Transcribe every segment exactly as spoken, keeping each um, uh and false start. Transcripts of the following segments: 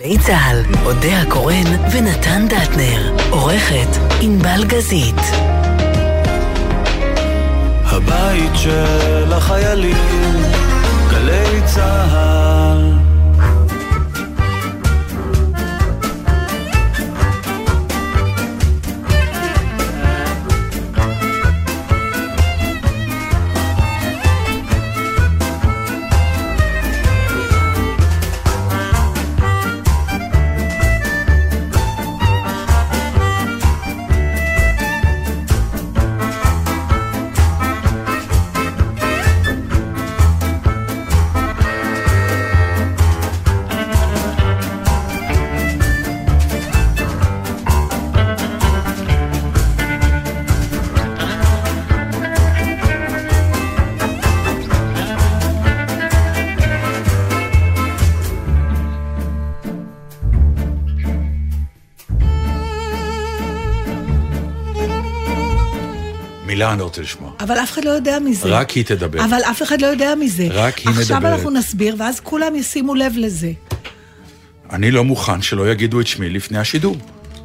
גלי צהל, אודיה הקורן ונתן דטנר. עורכת ענבל גזית. הבית של החיילים, גלי צהל. מילה אני רוצה לשמוע. אבל אף אחד לא יודע מזה. רק היא תדבר. אבל אף אחד לא יודע מזה. רק היא מדברת. עכשיו אנחנו נסביר, ואז כולם ישימו לב לזה. אני לא מוכן שלא יגידו את שמי לפני השידור.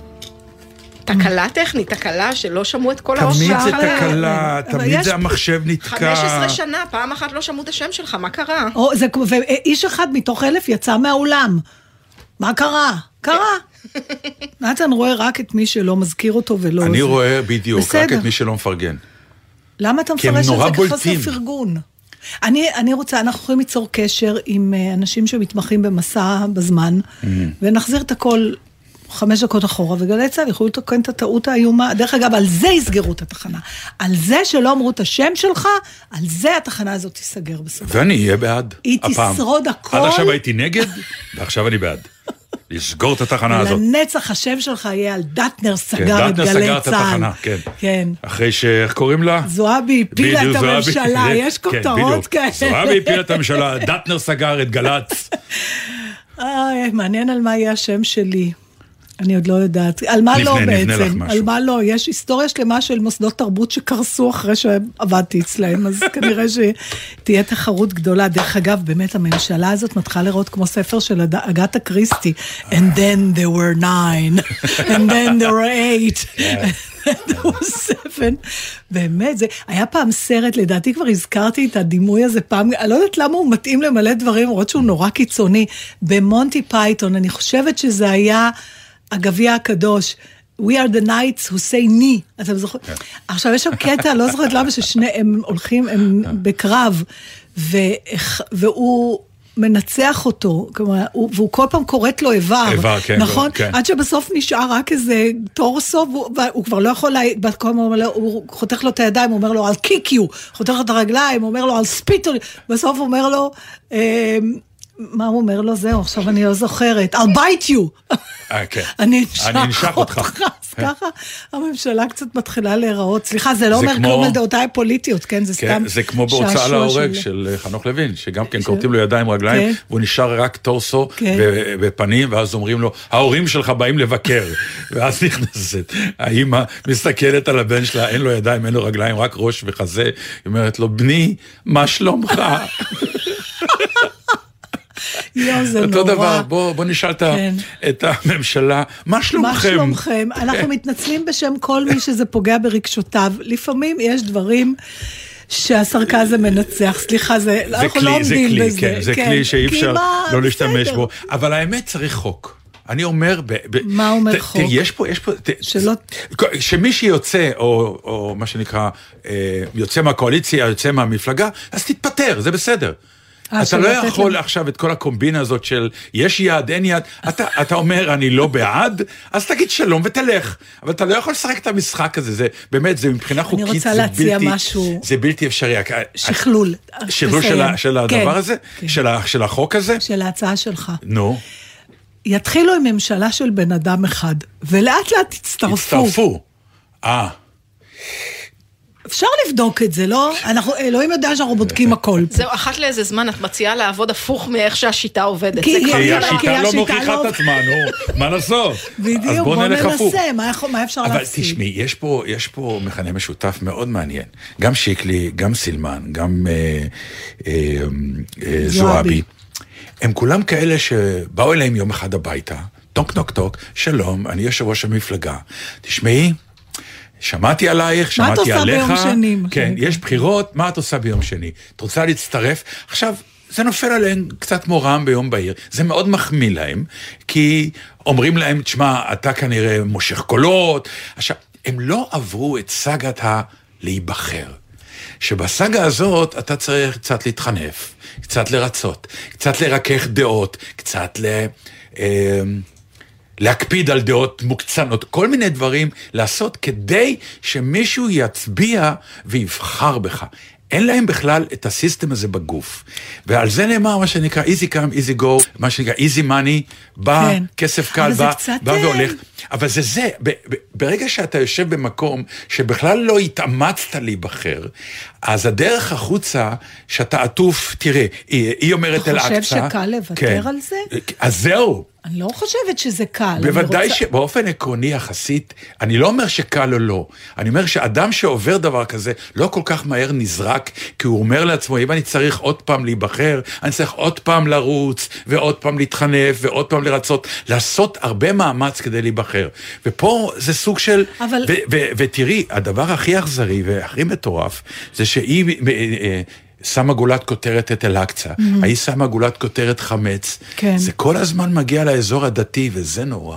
תקלה טכנית, תקלה שלא שמעו את כל האושר. תמיד זה תקלה, תמיד זה המחשב נתקע. חמש עשרה שנה, פעם אחת לא שמעו את השם שלך, מה קרה? ואיש אחד מתוך אלף יצא מהאולם. מה קרה? קרה. נתן רואה רק את מי שלא מזכיר אותו ולא... אני רואה בדיוק, רק את מי שלא מפרגן. למה אתה מפרש את זה כחוסר פרגון? אני, אני רוצה, אנחנו יכולים ליצור קשר עם אנשים שמתמחים במסע בזמן, ונחזיר את הכל חמש דקות אחורה, וגלי צהל יכולו לתקן את הטעות האיומה. דרך אגב, על זה יסגרו את התחנה. על זה שלא אמרו את השם שלך, על זה התחנה הזאת תיסגר בסוף. ואני אהיה בעד. היא תשרוד הכל. עד עכשיו הייתי נגד, ועכשיו אני בעד. לסגור את התחנה הזאת. לנצח השם שלך יהיה על דטנר סגר את גלי צהל. דטנר סגר את התחנה, כן. כן. אחרי שאיך קוראים לה? זועבי הפילה את הממשלה, יש כותרות כאלה. זועבי הפילה את הממשלה, דטנר סגר את גל"צ. מעניין על מה יהיה השם שלי. אני עוד לא יודעת. על מה לא בעצם? על מה לא? יש היסטוריה שלמה של מוסדות תרבות שקרסו אחרי שעבדתי אצלהם, אז כנראה שתהיה תחרות גדולה. דרך אגב, באמת הממשלה הזאת מתחילה לראות כמו ספר של אגתה קריסטי. And then there were nine. And then there were eight. And there was seven. באמת, זה היה פעם סרט, לדעתי כבר הזכרתי את הדימוי הזה פעם, אני לא יודעת למה הוא מתאים למלא דברים, רואות שהוא נורא קיצוני. במונטי פייתון, אני חושבת שזה היה... הגביע הקדוש, we are the knights who say ni, אתה זוכר? Yeah. עכשיו יש שם קטע, לא זוכרת למה ששניהם הולכים, הם yeah. בקרב, ו, והוא מנצח אותו, כלומר, הוא, והוא כל פעם קוראת לו איבר, איבר, כן, נכון? כן. עד שבסוף נשאר רק איזה טורסו, והוא, והוא כבר לא יכול, כל הזמן, הוא חותך לו את הידיים, הוא אומר לו, I'll kick you, חותך לו את הרגליים, הוא אומר לו, I'll spit on you, בסוף הוא אומר לו, אה, מה הוא אומר לו? זהו, עכשיו אני לא זוכרת. I'll bite you. אני אנשח אותך. אז ככה הממשלה קצת מתחילה להיראות. סליחה, זה לא אומר כלום על דעותיי הפוליטיות, כן? זה סתם... זה כמו בהוצאה להורג של חנוך לוין, שגם כן קורטים לו ידיים רגליים, והוא נשאר רק טורסו ופנים, ואז אומרים לו, ההורים שלך באים לבקר. ואז נכנסת. האמא מסתכלת על הבן שלה, אין לו ידיים, אין לו רגליים, רק ראש וחזה. היא אומרת לו, בני, מה שלומך? יו, זה אותו נורא. דבר, בוא, בוא נשאל כן. את הממשלה, מה שלומכם? מה שלומכם? אנחנו מתנצלים בשם כל מי שזה פוגע ברגשותיו. לפעמים יש דברים שהסרקזם מנצח. סליחה, זה, זה אנחנו כלי, לא עומדים זה כלי, בזה. כן, זה כן. כלי שאי אפשר לא להשתמש בסדר. בו. אבל האמת צריך חוק. אני אומר... ב, ב, מה אומר ת, חוק? ת, יש פה, יש פה... ת, שלא... שמי שיוצא, או, או מה שנקרא, יוצא מהקואליציה, יוצא מהמפלגה, אז תתפטר, זה בסדר. אתה לא יכול עכשיו את כל הקומבינה הזאת של יש יד, אין יד, אתה, אתה אומר אני לא בעד, אז תגיד שלום ותלך, אבל אתה לא יכול לשחק את המשחק הזה, זה באמת, זה מבחינה חוקית, אני רוצה להציע משהו, זה בלתי אפשרי. שכלול. שכלול של, של הדבר הזה? של, של החוק הזה? של ההצעה שלך. נו. יתחילו עם ממשלה של בן אדם אחד, ולאט לאט תצטרפו. תצטרפו. אה. אפשר לבדוק את זה, לא? אנחנו, אלוהים יודע שאנחנו בודקים הכל. זהו, אחת לאיזה זמן את מציעה לעבוד הפוך מאיך שהשיטה עובדת. כי השיטה לא מוכיחה את עצמה, נו, מה לעשות? בדיוק, בוא ננסה, מה אפשר להפסיד? אבל תשמעי, יש פה מכנה משותף מאוד מעניין. גם שיקלי, גם סילמן, גם זועבי. הם כולם כאלה שבאו אליהם יום אחד הביתה, טוק טוק טוק, שלום, אני יושב ראש המפלגה, תשמעי, שמעתי עלייך, שמעתי עליך. מה את עושה ביום שני? כן, יש בחירות, מה את עושה ביום שני? את רוצה להצטרף? עכשיו, זה נופל עליהם קצת כמו רעם ביום בהיר, זה מאוד מחמיא להם, כי אומרים להם, תשמע, אתה כנראה מושך קולות, עכשיו, הם לא עברו את סגת הלהיבחר, שבסגה הזאת אתה צריך קצת להתחנף, קצת לרצות, קצת לרכך דעות, קצת ל... אה, להקפיד על דעות מוקצנות, כל מיני דברים לעשות כדי שמישהו יצביע ויבחר בך. אין להם בכלל את הסיסטם הזה בגוף. ועל זה נאמר מה שנקרא easy come, easy go, מה שנקרא easy money, בא, כן. כסף קל, בא, קצת... בא והולך. אבל זה זה, ב- ב- ברגע שאתה יושב במקום שבכלל לא התאמצת להיבחר, אז הדרך החוצה שאתה עטוף, תראה, היא, היא אומרת אל אקצה. אתה חושב שקל לוותר כן. על זה? אז זהו. אני לא חושבת שזה קל. בוודאי רוצה... שבאופן עקרוני יחסית, אני לא אומר שקל או לא, אני אומר שאדם שעובר דבר כזה, לא כל כך מהר נזרק, כי הוא אומר לעצמו, אם אני צריך עוד פעם להיבחר, אני צריך עוד פעם לרוץ, ועוד פעם להתחנף, ועוד פעם לרצות, לעשות הרבה מאמץ כדי להיבחר. ופה זה סוג של... אבל... ו- ו- ותראי, הדבר הכי אכזרי והכי מטורף, זה שהיא... שמה גולת כותרת את אל-אקצה, mm-hmm. היא שמה גולת כותרת חמץ, כן. זה כל הזמן מגיע לאזור הדתי, וזה נורא.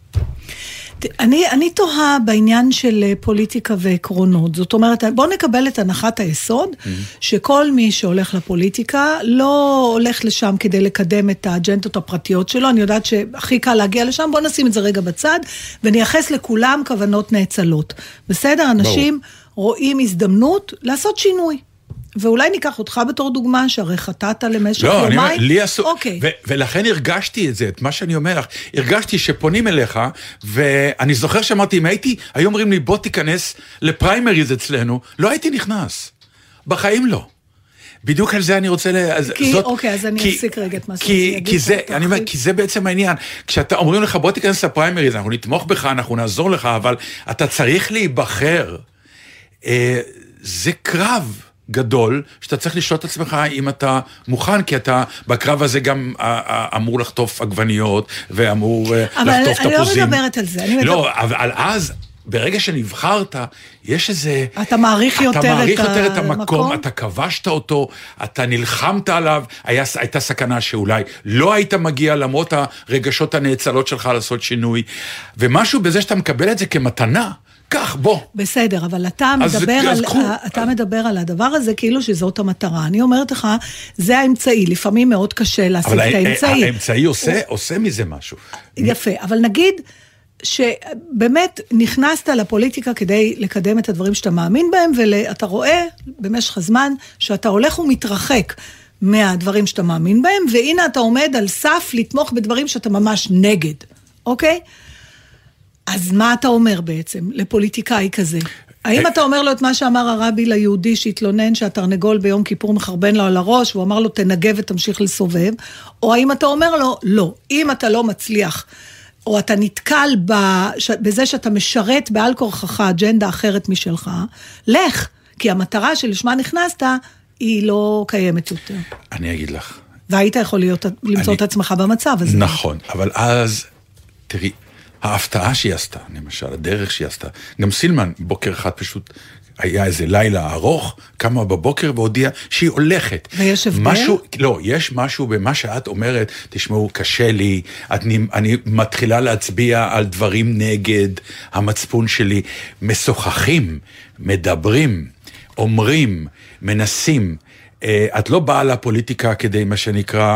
אני, אני תוהה בעניין של פוליטיקה ועקרונות, זאת אומרת, בוא נקבל את הנחת היסוד, mm-hmm. שכל מי שהולך לפוליטיקה, לא הולך לשם כדי לקדם את האג'נדות הפרטיות שלו, אני יודעת שהכי קל להגיע לשם, בוא נשים את זה רגע בצד, ונייחס לכולם כוונות נאצלות. בסדר, אנשים ברור. רואים הזדמנות לעשות שינוי. ואולי ניקח אותך בתור דוגמה, שהרי חטאת למשך לא, יומיים. לא, אני אומר, לי עשו... אוקיי. ו- ולכן הרגשתי את זה, את מה שאני אומר לך. הרגשתי שפונים אליך, ואני זוכר שאמרתי, אם הייתי, היו אומרים לי, בוא תיכנס לפריימריז אצלנו, לא הייתי נכנס. בחיים לא. בדיוק על זה אני רוצה... ל... כי, זאת... אוקיי, אז אני אפסיק רגע את מה כי, כי, זה, אני אומר, כי זה בעצם העניין. כשאתה אומרים לך, בוא תיכנס לפריימריז, אנחנו נתמוך בך, אנחנו נעזור לך, אבל אתה צריך להיבחר. אה, זה קרב. גדול, שאתה צריך לשאול את עצמך אם אתה מוכן, כי אתה בקרב הזה גם אמור לחטוף עגבניות, ואמור לחטוף תפוזים. אבל אני לא מדברת על זה. לא, אבל אז, ברגע שנבחרת, יש איזה... אתה מעריך יותר את המקום. אתה מעריך יותר את המקום, אתה כבשת אותו, אתה נלחמת עליו, הייתה סכנה שאולי לא היית מגיע, למרות הרגשות הנאצלות שלך לעשות שינוי, ומשהו בזה שאתה מקבל את זה כמתנה, כך, בוא. בסדר, אבל אתה מדבר, על, אתה מדבר על הדבר הזה כאילו שזאת המטרה. אני אומרת לך, זה האמצעי, לפעמים מאוד קשה להשיג את האמצעי. אבל האמצעי עושה, עושה מזה משהו. יפה, אבל נגיד שבאמת נכנסת לפוליטיקה כדי לקדם את הדברים שאתה מאמין בהם, ואתה רואה במשך הזמן שאתה הולך ומתרחק מהדברים שאתה מאמין בהם, והנה אתה עומד על סף לתמוך בדברים שאתה ממש נגד, אוקיי? אז מה אתה אומר בעצם לפוליטיקאי כזה? האם אתה אומר לו את מה שאמר הרבי ליהודי שהתלונן שהתרנגול ביום כיפור מחרבן לו על הראש, והוא אמר לו תנגב ותמשיך לסובב, או האם אתה אומר לו לא, אם אתה לא מצליח, או אתה נתקל בזה שאתה משרת בעל כורחך אג'נדה אחרת משלך, לך, כי המטרה שלשמה נכנסת היא לא קיימת יותר. אני אגיד לך. והיית יכול להיות, למצוא את עצמך במצב הזה. נכון, אבל אז, תראי, ההפתעה שהיא עשתה, למשל, הדרך שהיא עשתה, גם סילמן בוקר אחד פשוט היה איזה לילה ארוך, קמה בבוקר והודיעה שהיא הולכת. ויש הבדל? משהו, לא, יש משהו במה שאת אומרת, תשמעו, קשה לי, אני, אני מתחילה להצביע על דברים נגד המצפון שלי, משוחחים, מדברים, אומרים, מנסים, את לא באה לפוליטיקה כדי מה שנקרא...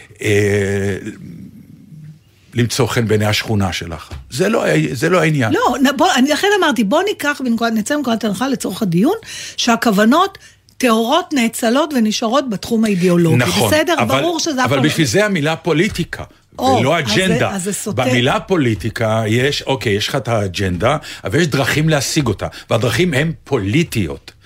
למצוא חן בעיני השכונה שלך. זה לא, זה לא העניין. לא, בוא, אני לכן אמרתי, בוא ניקח, נצא מנקודת הנחה לצורך הדיון, שהכוונות טהורות נאצלות ונשארות בתחום האידיאולוגי. נכון. בסדר, אבל, ברור שזה... אבל בשביל זה המילה פוליטיקה, או, ולא אג'נדה. אז זה, אז זה במילה פוליטיקה יש, אוקיי, יש לך את האג'נדה, אבל יש דרכים להשיג אותה, והדרכים הן פוליטיות.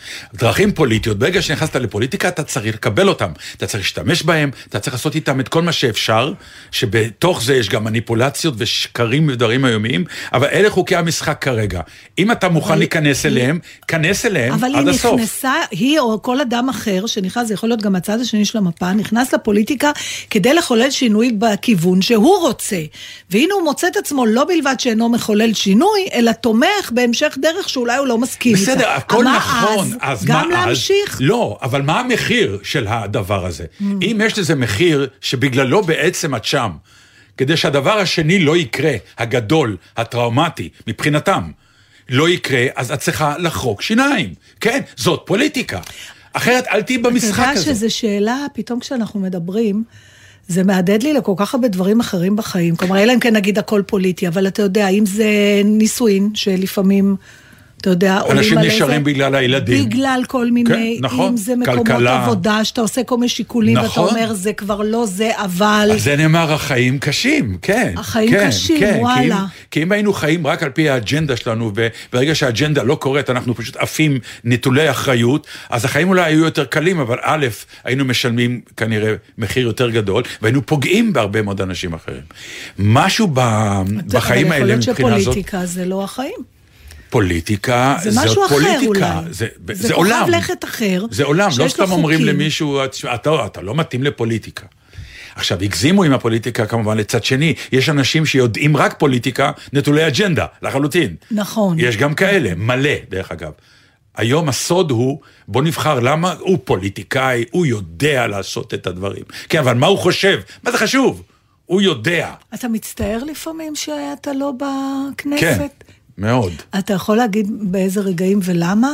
דרכים פוליטיות, ברגע שנכנסת לפוליטיקה, אתה צריך לקבל אותם, אתה צריך להשתמש בהם, אתה צריך לעשות איתם את כל מה שאפשר, שבתוך זה יש גם מניפולציות ושקרים ודברים היומיים, אבל אלה חוקי המשחק כרגע. אם אתה מוכן להיכנס אליהם, כנס אליהם עד הסוף. אבל היא נכנסה, היא או כל אדם אחר שנכנס, זה יכול להיות גם הצד השני של המפה, נכנס לפוליטיקה כדי לחולל שינוי בכיוון שהוא רוצה. והנה הוא מוצא את עצמו לא בלבד שאינו מחולל שינוי, אלא תומך בהמשך דרך שאולי הוא לא מסכים איתה. בסדר, הכל נכון. אז, אז גם מה להמשיך? אז? לא, אבל מה המחיר של הדבר הזה? Mm. אם יש לזה מחיר שבגללו בעצם את שם, כדי שהדבר השני לא יקרה, הגדול, הטראומטי, מבחינתם, לא יקרה, אז את צריכה לחרוק שיניים. כן, זאת פוליטיקה. אחרת אל תהי במשחק הזה. אתה יודע שזו שאלה, פתאום כשאנחנו מדברים, זה מעדד לי לכל כך הרבה דברים אחרים בחיים. כלומר, אלא אם כן נגיד הכל פוליטי, אבל אתה יודע, אם זה נישואין, שלפעמים, אתה יודע, אנשים נשארים בגלל הילדים. בגלל כל מיני, כן, נכון. אם זה מקומות כלכלה. עבודה, שאתה עושה כל מיני שיקולים, נכון. ואתה אומר, זה כבר לא זה, אבל... אז זה נאמר, החיים קשים, כן. החיים כן, קשים, כן, וואלה. כי אם, כי אם היינו חיים רק על פי האג'נדה שלנו, וברגע שהאג'נדה לא קורית, אנחנו פשוט עפים נטולי אחריות, אז החיים אולי היו יותר קלים, אבל א', היינו משלמים כנראה מחיר יותר גדול, והיינו פוגעים בהרבה מאוד אנשים אחרים. משהו ב... בחיים האלה מבחינה זאת... יכול להיות שפוליטיקה זה לא החיים. פוליטיקה, זה משהו אחר פוליטיקה, אולי. זה, זה, זה כוכב עולם. לכת אחר. זה עולם, לא סתם אומרים למישהו, אתה, אתה לא מתאים לפוליטיקה. עכשיו, הגזימו עם הפוליטיקה כמובן לצד שני, יש אנשים שיודעים רק פוליטיקה, נטולי אג'נדה, לחלוטין. נכון. יש גם כאלה, מלא, דרך אגב. היום הסוד הוא, בוא נבחר למה הוא פוליטיקאי, הוא יודע לעשות את הדברים. כן, אבל מה הוא חושב? מה זה חשוב? הוא יודע. אתה מצטער לפעמים שאתה לא בכנסת? כן. מאוד. אתה יכול להגיד באיזה רגעים ולמה?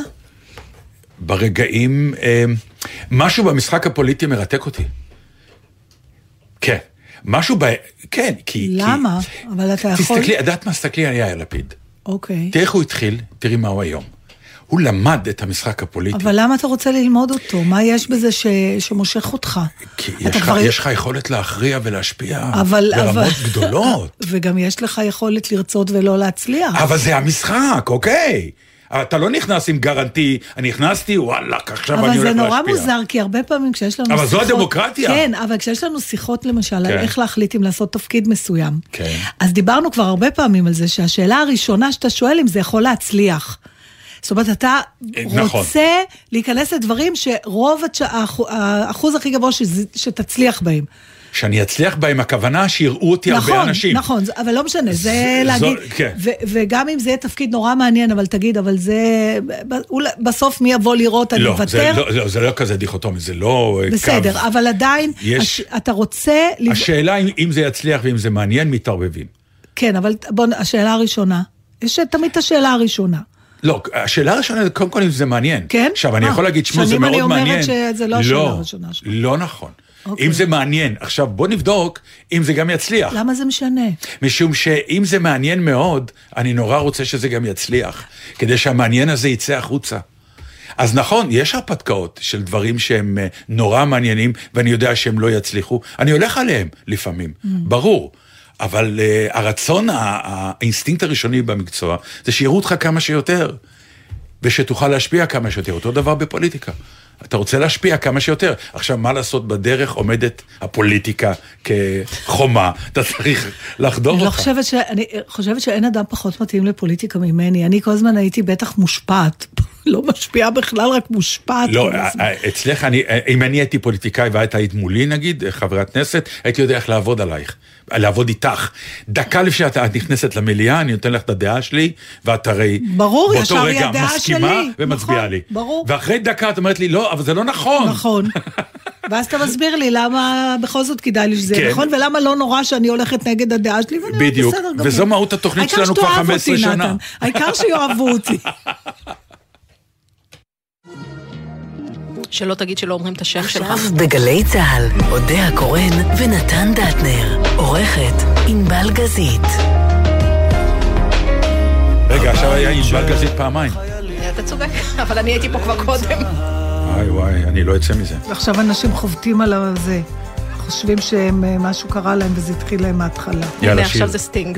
ברגעים, משהו במשחק הפוליטי מרתק אותי. כן. משהו ב... כן, כי... למה? כי... אבל אתה יכול... תסתכלי, עדת מה תסתכלי על יאיר לפיד. אוקיי. תראה איך הוא התחיל, תראי מה הוא היום. הוא למד את המשחק הפוליטי. אבל למה אתה רוצה ללמוד אותו? מה יש בזה ש... שמושך אותך? כי יש לך, כבר... יש לך יכולת להכריע ולהשפיע אבל, ברמות אבל... גדולות. וגם יש לך יכולת לרצות ולא להצליח. אבל זה המשחק, אוקיי. אתה לא נכנס עם גרנטי, אני נכנסתי, וואלה, עכשיו אני הולך להשפיע. אבל זה נורא מוזר, כי הרבה פעמים כשיש לנו אבל שיחות... אבל זו הדמוקרטיה. כן, אבל כשיש לנו שיחות למשל, כן. על איך להחליט אם לעשות תפקיד מסוים. כן. אז דיברנו כבר הרבה פעמים על זה, שהשאלה הראשונה שאתה שואל אם זה יכול להצליח. זאת אומרת, אתה נכון. רוצה להיכנס לדברים שרוב האחוז הכי גבוה שתצליח בהם. שאני אצליח בהם, הכוונה שיראו אותי נכון, הרבה אנשים. נכון, נכון, אבל לא משנה, זה ז, להגיד, זו, כן. ו, וגם אם זה יהיה תפקיד נורא מעניין, אבל תגיד, אבל זה, בסוף מי יבוא לראות, אני אוותר? זה לא, לא, זה לא כזה דיכוטומי, זה לא בסדר, קו. אבל עדיין, יש, הש, אתה רוצה... השאלה אם, אם זה יצליח ואם זה מעניין, מתערבבים. כן, אבל בוא, השאלה הראשונה, יש תמיד את השאלה הראשונה. לא, השאלה הראשונה, קודם כל אם זה מעניין. כן? עכשיו, אני יכול להגיד, שמו, זה מאוד מעניין. שנים אני אומרת שזה לא השאלה הראשונה. לא נכון. אם זה מעניין, עכשיו בוא נבדוק אם זה גם יצליח. למה זה משנה? משום שאם זה מעניין מאוד, אני נורא רוצה שזה גם יצליח, כדי שהמעניין הזה יצא החוצה. אז נכון, יש הרפתקאות של דברים שהם נורא מעניינים, ואני יודע שהם לא יצליחו. אני הולך עליהם לפעמים, ברור. אבל uh, הרצון, האינסטינקט הראשוני במקצוע, זה שיראו אותך כמה שיותר, ושתוכל להשפיע כמה שיותר. אותו דבר בפוליטיקה. אתה רוצה להשפיע כמה שיותר. עכשיו, מה לעשות בדרך עומדת הפוליטיקה כחומה? אתה צריך לחדור אותך. אני חושבת ש... אני חושבת שאין אדם פחות מתאים לפוליטיקה ממני. אני כל הזמן הייתי בטח מושפעת. לא משפיעה בכלל, רק מושפעת. לא, אצלך, אני, אם אני הייתי פוליטיקאי והיית היית מולי, נגיד, חברת כנסת, הייתי יודע איך לעבוד עלייך. לעבוד איתך. דקה לפני שאת נכנסת למליאה, אני נותן לך את הדעה שלי, ואת הרי ברור, באותו רגע מסכימה ומצביעה נכון, לי. ברור. ואחרי דקה את אומרת לי, לא, אבל זה לא נכון. נכון. ואז אתה מסביר לי למה בכל זאת כדאי לי שזה כן. נכון, ולמה לא נורא שאני הולכת נגד הדעה שלי, ואני בדיוק. בסדר גמור. וזו מהות התוכנית שלנו כבר חמש עשרה שנה. העיקר שיאהבו אותי. שלא תגיד שלא אומרים את השם שלך. עכשיו בגלי צהל, אודיה קורן ונתן דטנר, עורכת ענבל גזית. רגע, עכשיו היה ענבל גזית פעמיים. אתה צודק, אבל אני הייתי פה כבר קודם. וואי וואי, אני לא אצא מזה. ועכשיו אנשים חובטים על זה. חושבים שמשהו קרה להם וזה התחיל להם מההתחלה. יאללה, עכשיו זה סטינג.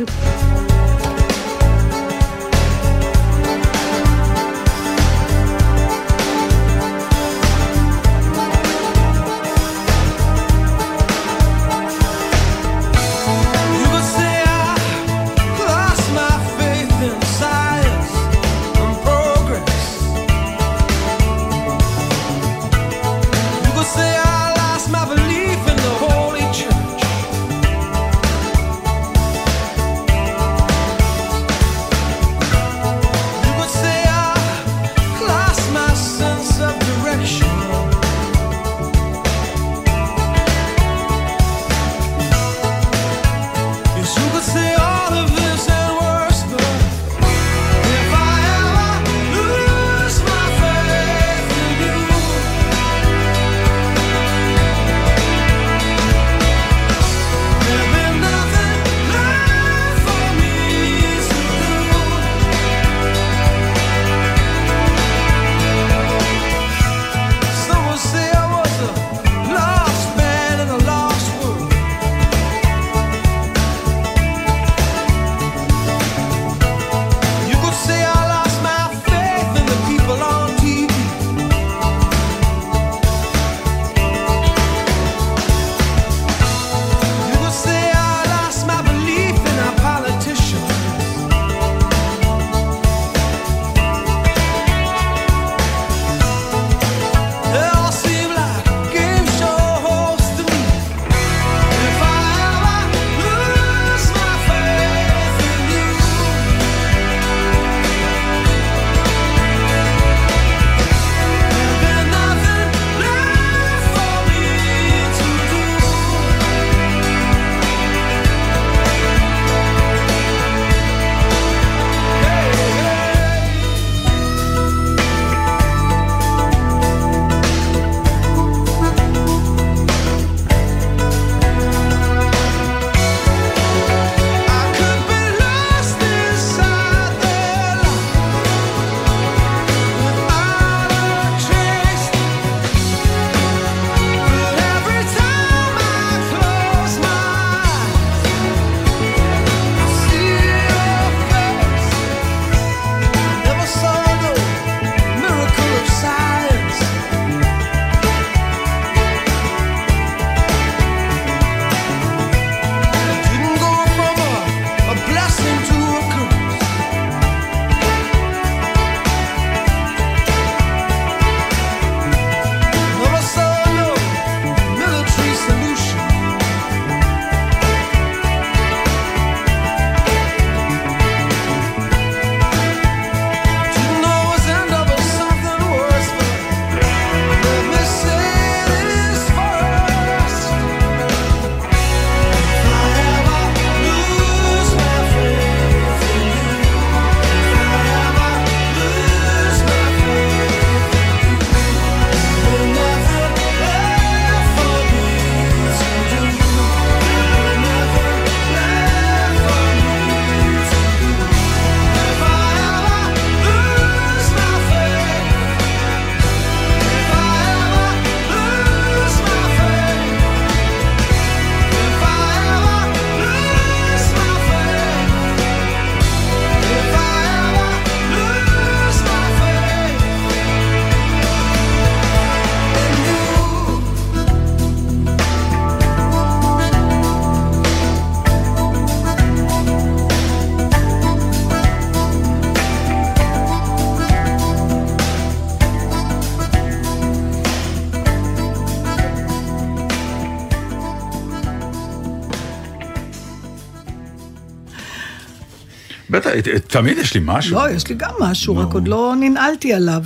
בטח, תמיד יש לי משהו. לא, יש לי גם משהו, רק עוד לא ננעלתי עליו.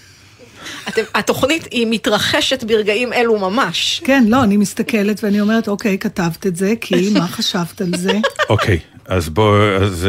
התוכנית היא מתרחשת ברגעים אלו ממש. כן, לא, אני מסתכלת ואני אומרת, אוקיי, כתבת את זה, כי מה חשבת על זה? אוקיי, אז בוא, אז...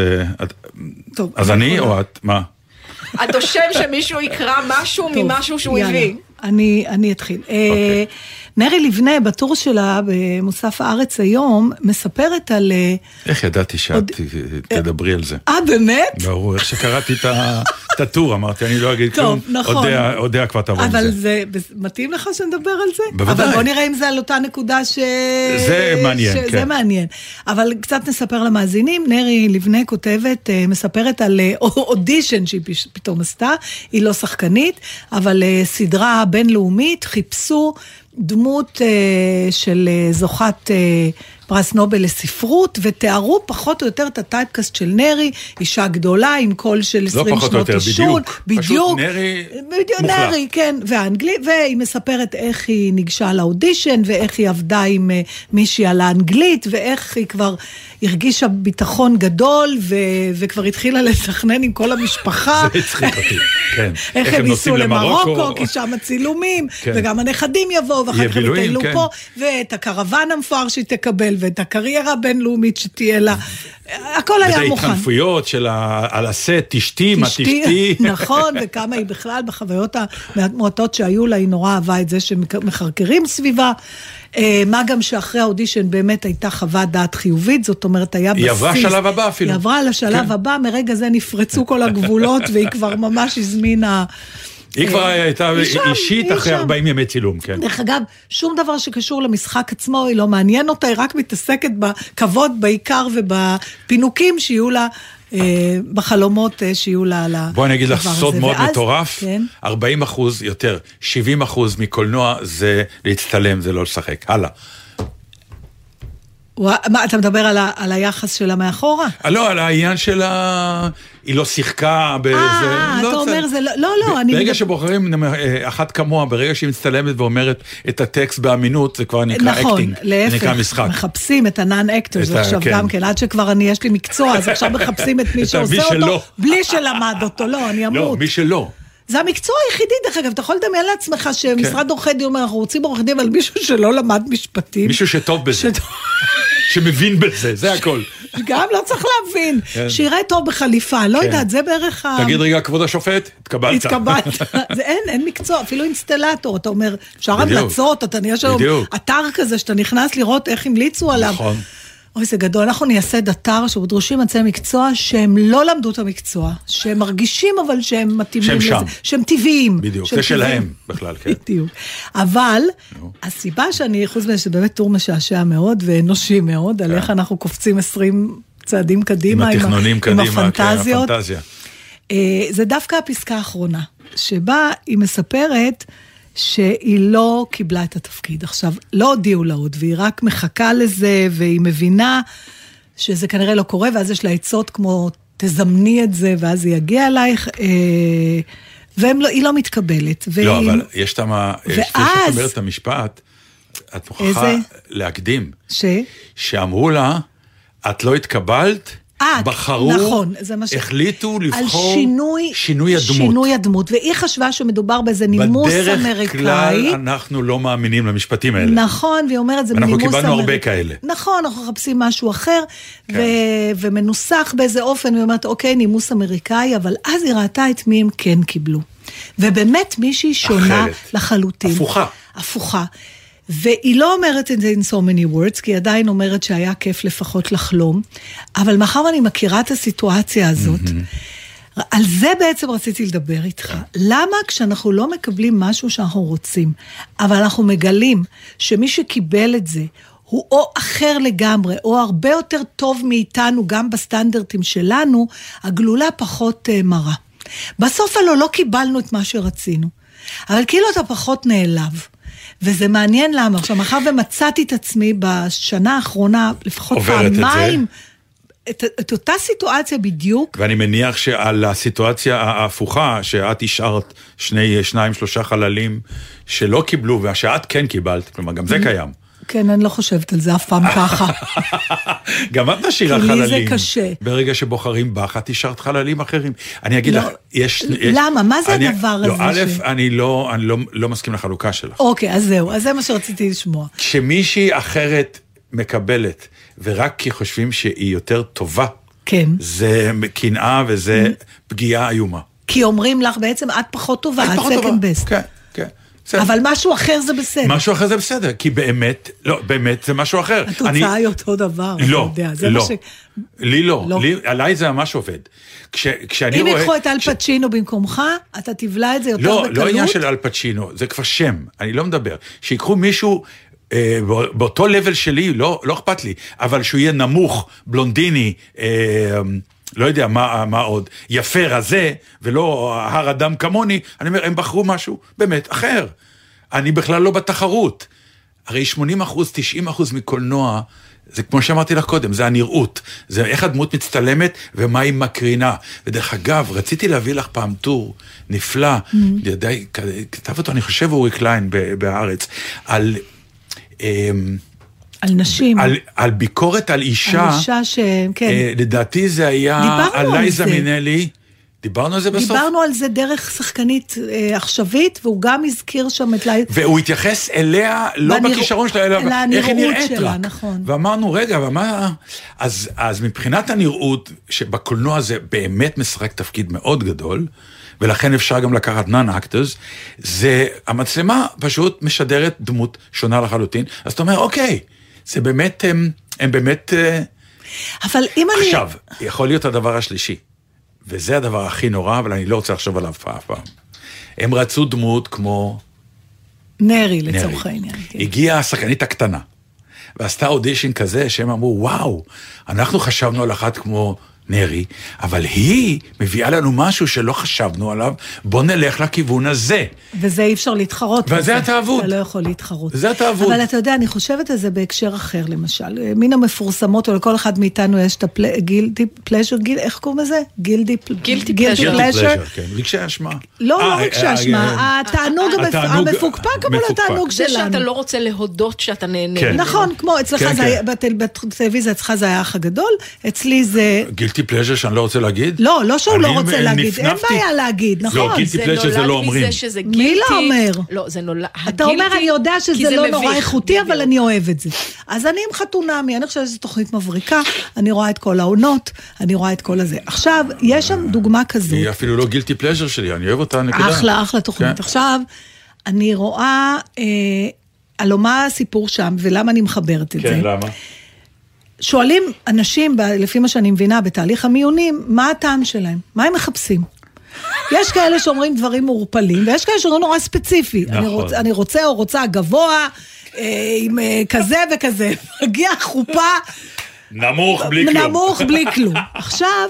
אז אני או את, מה? את חושב שמישהו יקרא משהו ממשהו שהוא הביא. אני אתחיל. נרי לבנה, בטור שלה במוסף הארץ היום, מספרת על... איך ידעתי שאת תדברי על זה? אה, באמת? ברור, איך שקראתי את הטור, אמרתי, אני לא אגיד כלום, יודע כבר תבוא עם זה. אבל זה מתאים לך שנדבר על זה? בוודאי. אבל בוא נראה אם זה על אותה נקודה ש... זה מעניין, כן. זה מעניין. אבל קצת נספר למאזינים, נרי לבנה כותבת, מספרת על אודישן שהיא פתאום עשתה, היא לא שחקנית, אבל סדרה בינלאומית, חיפשו דמות uh, של uh, זוכת uh, פרס נובל לספרות, ותיארו פחות או יותר את הטייפקאסט של נרי, אישה גדולה עם קול של עשרים שנות עישון. בדיוק, בדיוק. נרי בדיוק, מוחלט. נרי, כן, והאנגלית, והיא מספרת איך היא ניגשה לאודישן, ואיך היא עבדה עם uh, מישהי על האנגלית, ואיך היא כבר הרגישה ביטחון גדול, ו- וכבר התחילה לתכנן עם כל המשפחה. זה הצחיק אותי, כן. איך הם ניסו למרוקו, כי שם הצילומים, וגם הנכדים יבואו, ואחר כך יטיילו פה, ואת הקרוון המפואר שהיא תקבל, ואת הקריירה הבינלאומית שתהיה לה. הכל היה מוכן. ואת ההתחנפויות של על הסט, תשתי, מה תשתי. נכון, וכמה היא בכלל בחוויות המועטות שהיו לה, היא נורא אהבה את זה שמחרקרים סביבה. מה גם שאחרי האודישן באמת הייתה חוות דעת חיובית, זאת אומרת היה בסיס. היא עברה לשלב הבא אפילו. היא עברה לשלב הבא, מרגע זה נפרצו כל הגבולות, והיא כבר ממש הזמינה... היא כבר הייתה אישית אחרי ארבעים ימי צילום, כן. דרך אגב, שום דבר שקשור למשחק עצמו, היא לא מעניין אותה, היא רק מתעסקת בכבוד, בעיקר ובפינוקים שיהיו לה, בחלומות שיהיו לה. בואי אני אגיד לך סוד מאוד מטורף, ארבעים אחוז יותר, שבעים אחוז מקולנוע זה להצטלם, זה לא לשחק. הלאה. מה, אתה מדבר על, ה, על היחס שלה מאחורה? לא, על העניין שלה, היא לא שיחקה באיזה... אה, לא אתה אומר, זה לא, לא, לא, אני... ברגע שבוחרים אחת כמוה, ברגע שהיא מצטלמת ואומרת את הטקסט באמינות, זה כבר נקרא נכון, אקטינג, להפך, נקרא משחק. מחפשים את הנאן-אקטורס עכשיו כן. גם כן, עד שכבר אני, יש לי מקצוע, אז עכשיו מחפשים את מי שעושה אותו, שלא. בלי שלמד אותו, לא, אני אמות. לא, מי שלא. זה המקצוע היחידי, דרך אגב, אתה יכול לדמיין לעצמך שמשרד עורכי דין אומר, אנחנו רוצים עורכי דין, אבל מישהו שלא למד משפטים. מישהו שטוב בזה. שמבין בזה, זה הכל. גם לא צריך להבין. שיראה טוב בחליפה, לא יודעת, זה בערך... תגיד רגע, כבוד השופט, התקבלת. התקבלת. אין, אין מקצוע, אפילו אינסטלטור, אתה אומר, אפשר המלצות, אתה נהיה שם אתר כזה, שאתה נכנס לראות איך המליצו עליו. נכון. אוי, זה גדול, אנחנו נייסד אתר שבדרושים אנשי מקצוע שהם לא למדו את המקצוע, שהם מרגישים אבל שהם מתאימים לזה, שהם טבעיים. בדיוק, זה שלהם בכלל, כן. בדיוק. אבל הסיבה שאני, חוץ מזה, שזה באמת טור משעשע מאוד ואנושי מאוד, על איך אנחנו קופצים עשרים צעדים קדימה, עם התכנונים קדימה, הפנטזיות. זה דווקא הפסקה האחרונה, שבה היא מספרת שהיא לא קיבלה את התפקיד. עכשיו, לא הודיעו לה עוד, והיא רק מחכה לזה, והיא מבינה שזה כנראה לא קורה, ואז יש לה עצות כמו, תזמני את זה, ואז היא יגיע אלייך, והיא לא מתקבלת. לא, אבל יש תמה, לפני שאת אומרת את המשפט, את מוכרחה להקדים. ש? שאמרו לה, את לא התקבלת, בחרו, נכון, זה מה ש... החליטו לבחור על שינוי, שינוי הדמות. שינוי הדמות, והיא חשבה שמדובר באיזה נימוס בדרך אמריקאי. בדרך כלל אנחנו לא מאמינים למשפטים האלה. נכון, והיא אומרת, זה נימוס אמריקאי. אנחנו קיבלנו הרבה כאלה. נכון, אנחנו מחפשים משהו אחר, כן. ו... ומנוסח באיזה אופן, והיא אומרת, אוקיי, נימוס אמריקאי, אבל אז היא ראתה את מי הם כן קיבלו. ובאמת מישהי שונה אחרת. לחלוטין. הפוכה. הפוכה. והיא לא אומרת את זה in so many words, כי היא עדיין אומרת שהיה כיף לפחות לחלום, אבל מאחר אני מכירה את הסיטואציה הזאת, mm-hmm. על זה בעצם רציתי לדבר איתך. למה כשאנחנו לא מקבלים משהו שאנחנו רוצים, אבל אנחנו מגלים שמי שקיבל את זה, הוא או אחר לגמרי, או הרבה יותר טוב מאיתנו, גם בסטנדרטים שלנו, הגלולה פחות uh, מרה. בסוף הלא לא קיבלנו את מה שרצינו, אבל כאילו אתה פחות נעלב. וזה מעניין למה. עכשיו, מאחר ומצאתי את עצמי בשנה האחרונה, לפחות פעמיים, את, את אותה סיטואציה בדיוק. ואני מניח שעל הסיטואציה ההפוכה, שאת השארת שני, שניים, שלושה חללים שלא קיבלו, ושאת כן קיבלת, כלומר, גם זה קיים. כן, אני לא חושבת על זה אף פעם ככה. גם את נשירה חללים. כי לי זה קשה. ברגע שבוחרים בך, את השארת חללים אחרים. אני אגיד לך, יש... למה? מה זה הדבר הזה? לא, א', אני לא מסכים לחלוקה שלך. אוקיי, אז זהו, אז זה מה שרציתי לשמוע. כשמישהי אחרת מקבלת, ורק כי חושבים שהיא יותר טובה, כן. זה קנאה וזה פגיעה איומה. כי אומרים לך בעצם, את פחות טובה, את second best. כן, כן. אבל משהו אחר זה בסדר. משהו אחר זה בסדר, כי באמת, לא, באמת זה משהו אחר. התוצאה היא אותו דבר. לא, לא. לי לא, עליי זה ממש עובד. אם יקחו את אל פצ'ינו במקומך, אתה תבלע את זה יותר בקלות? לא, לא עניין של אל פצ'ינו, זה כבר שם, אני לא מדבר. שיקחו מישהו באותו לבל שלי, לא אכפת לי, אבל שהוא יהיה נמוך, בלונדיני, לא יודע מה, מה עוד, יפה רזה, ולא הר אדם כמוני, אני אומר, הם בחרו משהו באמת אחר. אני בכלל לא בתחרות. הרי שמונים אחוז, תשעים אחוז מקולנוע, זה כמו שאמרתי לך קודם, זה הנראות. זה איך הדמות מצטלמת ומה היא מקרינה. ודרך אגב, רציתי להביא לך פעם טור נפלא, mm-hmm. לידי, כתב אותו, אני חושב אורי קליין בארץ, על... על נשים. על, על ביקורת על אישה. על אישה ש... כן. אה, לדעתי זה היה על לייזה מינלי. דיברנו על זה בסוף? דיברנו על זה דרך שחקנית אה, עכשווית, והוא גם הזכיר שם את לייזה. והוא התייחס אליה, לא בנרא... בכישרון שלה, אלא איך היא נראית שלה, רק. נכון. ואמרנו, רגע, ומה... אז, אז מבחינת הנראות, שבקולנוע זה באמת משחק תפקיד מאוד גדול, ולכן אפשר גם לקחת נון-אקטרס, זה, המצלמה פשוט משדרת דמות שונה לחלוטין, אז אתה אומר, אוקיי, זה באמת, הם, הם באמת... אבל אם אני... עכשיו, יכול להיות הדבר השלישי, וזה הדבר הכי נורא, אבל אני לא רוצה לחשוב עליו אף פעם. הם רצו דמות כמו... נרי, לצורך העניין. הגיעה השחקנית הקטנה, ועשתה אודישן כזה, שהם אמרו, וואו, אנחנו חשבנו על אחת כמו... נרי, אבל היא מביאה לנו משהו שלא חשבנו עליו, בוא נלך לכיוון הזה. וזה אי אפשר להתחרות. וזה התאהבות. אתה לא יכול להתחרות. זה התאהבות. אבל אתה יודע, אני חושבת על זה בהקשר אחר, למשל. מן המפורסמות, או לכל אחד מאיתנו יש את הגילדי פלז'ר, איך קוראים לזה? גילדי פלז'ר. רגשי אשמה. לא, לא רגשי אשמה. התענוג המפוקפק, אבל התענוג שלנו. זה שאתה לא רוצה להודות שאתה נהנה. נכון, כמו אצלך בטלוויזיה, אצלך זה היה אח הגדול, אצלי זה... גילטי פלז'ר שאני לא רוצה להגיד? לא, לא שהוא לא רוצה להגיד, אין בעיה להגיד, נכון. לא, גילטי פלז'ר זה לא אומרים. מי לא אומר? לא, זה נולד... אתה אומר, אני יודע שזה לא נורא איכותי, אבל אני אוהב את זה. אז אני עם חתונמי, אני חושבת שזו תוכנית מבריקה, אני רואה את כל העונות, אני רואה את כל הזה. עכשיו, יש שם דוגמה כזאת. היא אפילו לא גילטי פלז'ר שלי, אני אוהב אותה נקודה. אחלה, אחלה תוכנית. עכשיו, אני רואה, הלוא מה הסיפור שם, ולמה אני מחברת את זה. כן, למה? שואלים אנשים, לפי מה שאני מבינה, בתהליך המיונים, מה הטעם שלהם? מה הם מחפשים? יש כאלה שאומרים דברים מעורפלים, ויש כאלה שאומרים נורא ספציפי. נכון. אני, רוצ, אני רוצה או רוצה גבוה, אה, עם אה, כזה וכזה. מגיע חופה... נמוך בלי כלום. נמוך בלי כלום. עכשיו...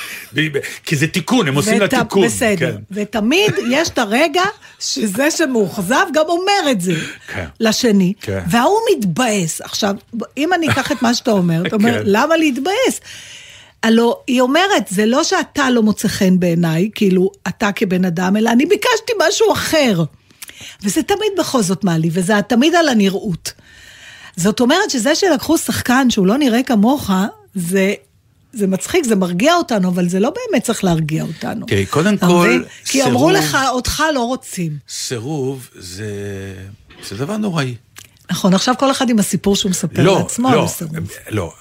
כי זה תיקון, הם עושים ות... לתיקון. בסדר. כן. ותמיד יש את הרגע שזה שמאוכזב גם אומר את זה כן. לשני. כן. והוא מתבאס. עכשיו, אם אני אקח את מה שאתה אומר, אתה אומר, כן. למה להתבאס? הלוא, היא אומרת, זה לא שאתה לא מוצא חן בעיניי, כאילו אתה כבן אדם, אלא אני ביקשתי משהו אחר. וזה תמיד בכל זאת מעלי, וזה תמיד על הנראות. זאת אומרת שזה שלקחו שחקן שהוא לא נראה כמוך, זה, זה מצחיק, זה מרגיע אותנו, אבל זה לא באמת צריך להרגיע אותנו. תראי, קודם כל... כי סירוב, אמרו לך, אותך לא רוצים. סירוב זה, זה דבר נוראי. נכון, עכשיו כל אחד עם הסיפור שהוא מספר לא, לעצמו. לא, לא.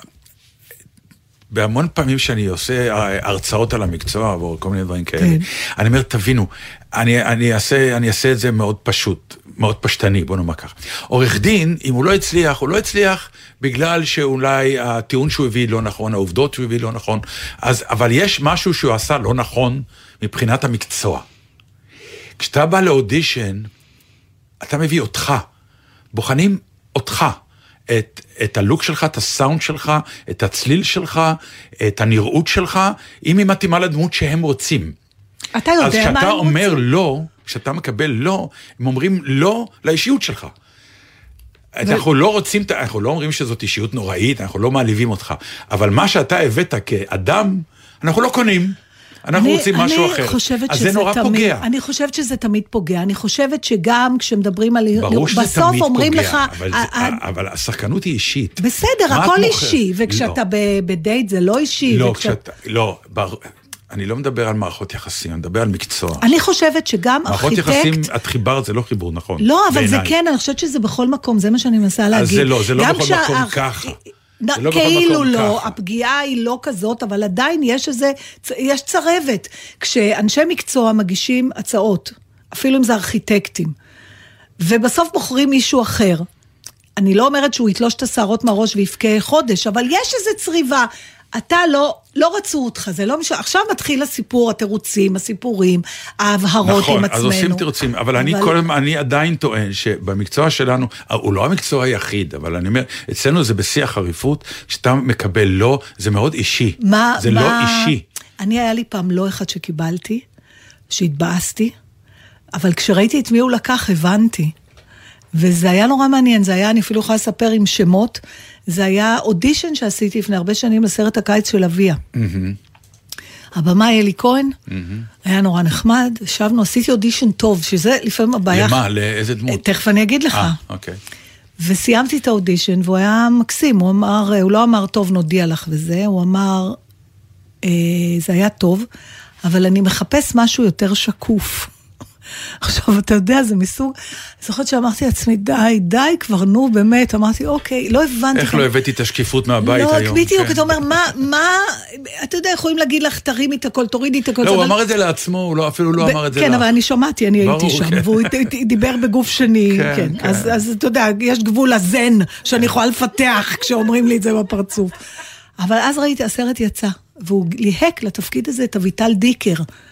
בהמון פעמים שאני עושה הרצאות על המקצוע, או כל מיני דברים כאלה, כן. אני אומר, תבינו, אני, אני, אעשה, אני אעשה את זה מאוד פשוט, מאוד פשטני, בוא נאמר כך. עורך דין, אם הוא לא הצליח, הוא לא הצליח בגלל שאולי הטיעון שהוא הביא לא נכון, העובדות שהוא הביא לא נכון, אז, אבל יש משהו שהוא עשה לא נכון מבחינת המקצוע. כשאתה בא לאודישן, אתה מביא אותך, בוחנים אותך, את, את הלוק שלך, את הסאונד שלך, את הצליל שלך, את הנראות שלך, אם היא מתאימה לדמות שהם רוצים. אתה יודע מה הם רוצים? אז כשאתה אומר לא, כשאתה מקבל לא, הם אומרים לא לאישיות שלך. ו... אנחנו לא רוצים, אנחנו לא אומרים שזאת אישיות נוראית, אנחנו לא מעליבים אותך, אבל מה שאתה הבאת כאדם, אנחנו לא קונים. אנחנו רוצים משהו אחר. אז זה נורא פוגע. אני חושבת שזה תמיד פוגע. אני חושבת שגם כשמדברים על... ברור שזה תמיד פוגע, אבל השחקנות היא אישית. בסדר, הכל אישי, וכשאתה בדייט זה לא אישי. לא, לא, אני לא מדבר על מערכות יחסים, אני מדבר על מקצוע. אני חושבת שגם ארכיטקט... מערכות יחסים, את חיברת, זה לא חיבור, נכון. לא, אבל זה כן, אני חושבת שזה בכל מקום, זה מה שאני מנסה להגיד. אז זה לא, זה לא בכל מקום ככה. כאילו לא, הפגיעה היא לא כזאת, אבל עדיין יש איזה, יש צרבת. כשאנשי מקצוע מגישים הצעות, אפילו אם זה ארכיטקטים, ובסוף בוחרים מישהו אחר, אני לא אומרת שהוא יתלוש את השערות מהראש ויפקה חודש, אבל יש איזה צריבה, אתה לא, לא רצו אותך, זה לא משהו, עכשיו מתחיל הסיפור, התירוצים, הסיפורים, ההבהרות נכון, עם עצמנו. נכון, אז עושים תירוצים, אבל, אבל... אני, כל, אני עדיין טוען שבמקצוע שלנו, הוא לא המקצוע היחיד, אבל אני אומר, אצלנו זה בשיח חריפות, כשאתה מקבל לא, זה מאוד אישי. מה, זה מה... לא אישי. אני היה לי פעם לא אחד שקיבלתי, שהתבאסתי, אבל כשראיתי את מי הוא לקח, הבנתי. וזה היה נורא מעניין, זה היה, אני אפילו יכולה לספר עם שמות, זה היה אודישן שעשיתי לפני הרבה שנים לסרט הקיץ של אביה. הבמה אלי כהן, היה נורא נחמד, ישבנו, עשיתי אודישן טוב, שזה לפעמים הבעיה... למה? לאיזה דמות? תכף אני אגיד לך. אה, אוקיי. וסיימתי את האודישן, והוא היה מקסים, הוא אמר, הוא לא אמר טוב נודיע לך וזה, הוא אמר, זה היה טוב, אבל אני מחפש משהו יותר שקוף. עכשיו, אתה יודע, זה מסוג... אני זוכרת שאמרתי לעצמי, די, די כבר, נו, באמת. אמרתי, אוקיי, לא הבנתי. איך לא הבאתי את השקיפות מהבית היום? לא, בדיוק, אתה אומר, מה, מה... אתה יודע, יכולים להגיד לך, תרימי את הכל, תורידי את הכל. לא, הוא אמר את זה לעצמו, הוא אפילו לא אמר את זה לך. כן, אבל אני שמעתי, אני הייתי שם, והוא דיבר בגוף שני, כן. אז אתה יודע, יש גבול הזן שאני יכולה לפתח כשאומרים לי את זה בפרצוף. אבל אז ראיתי, הסרט יצא, והוא ליהק לתפקיד הזה את אביטל דיקר.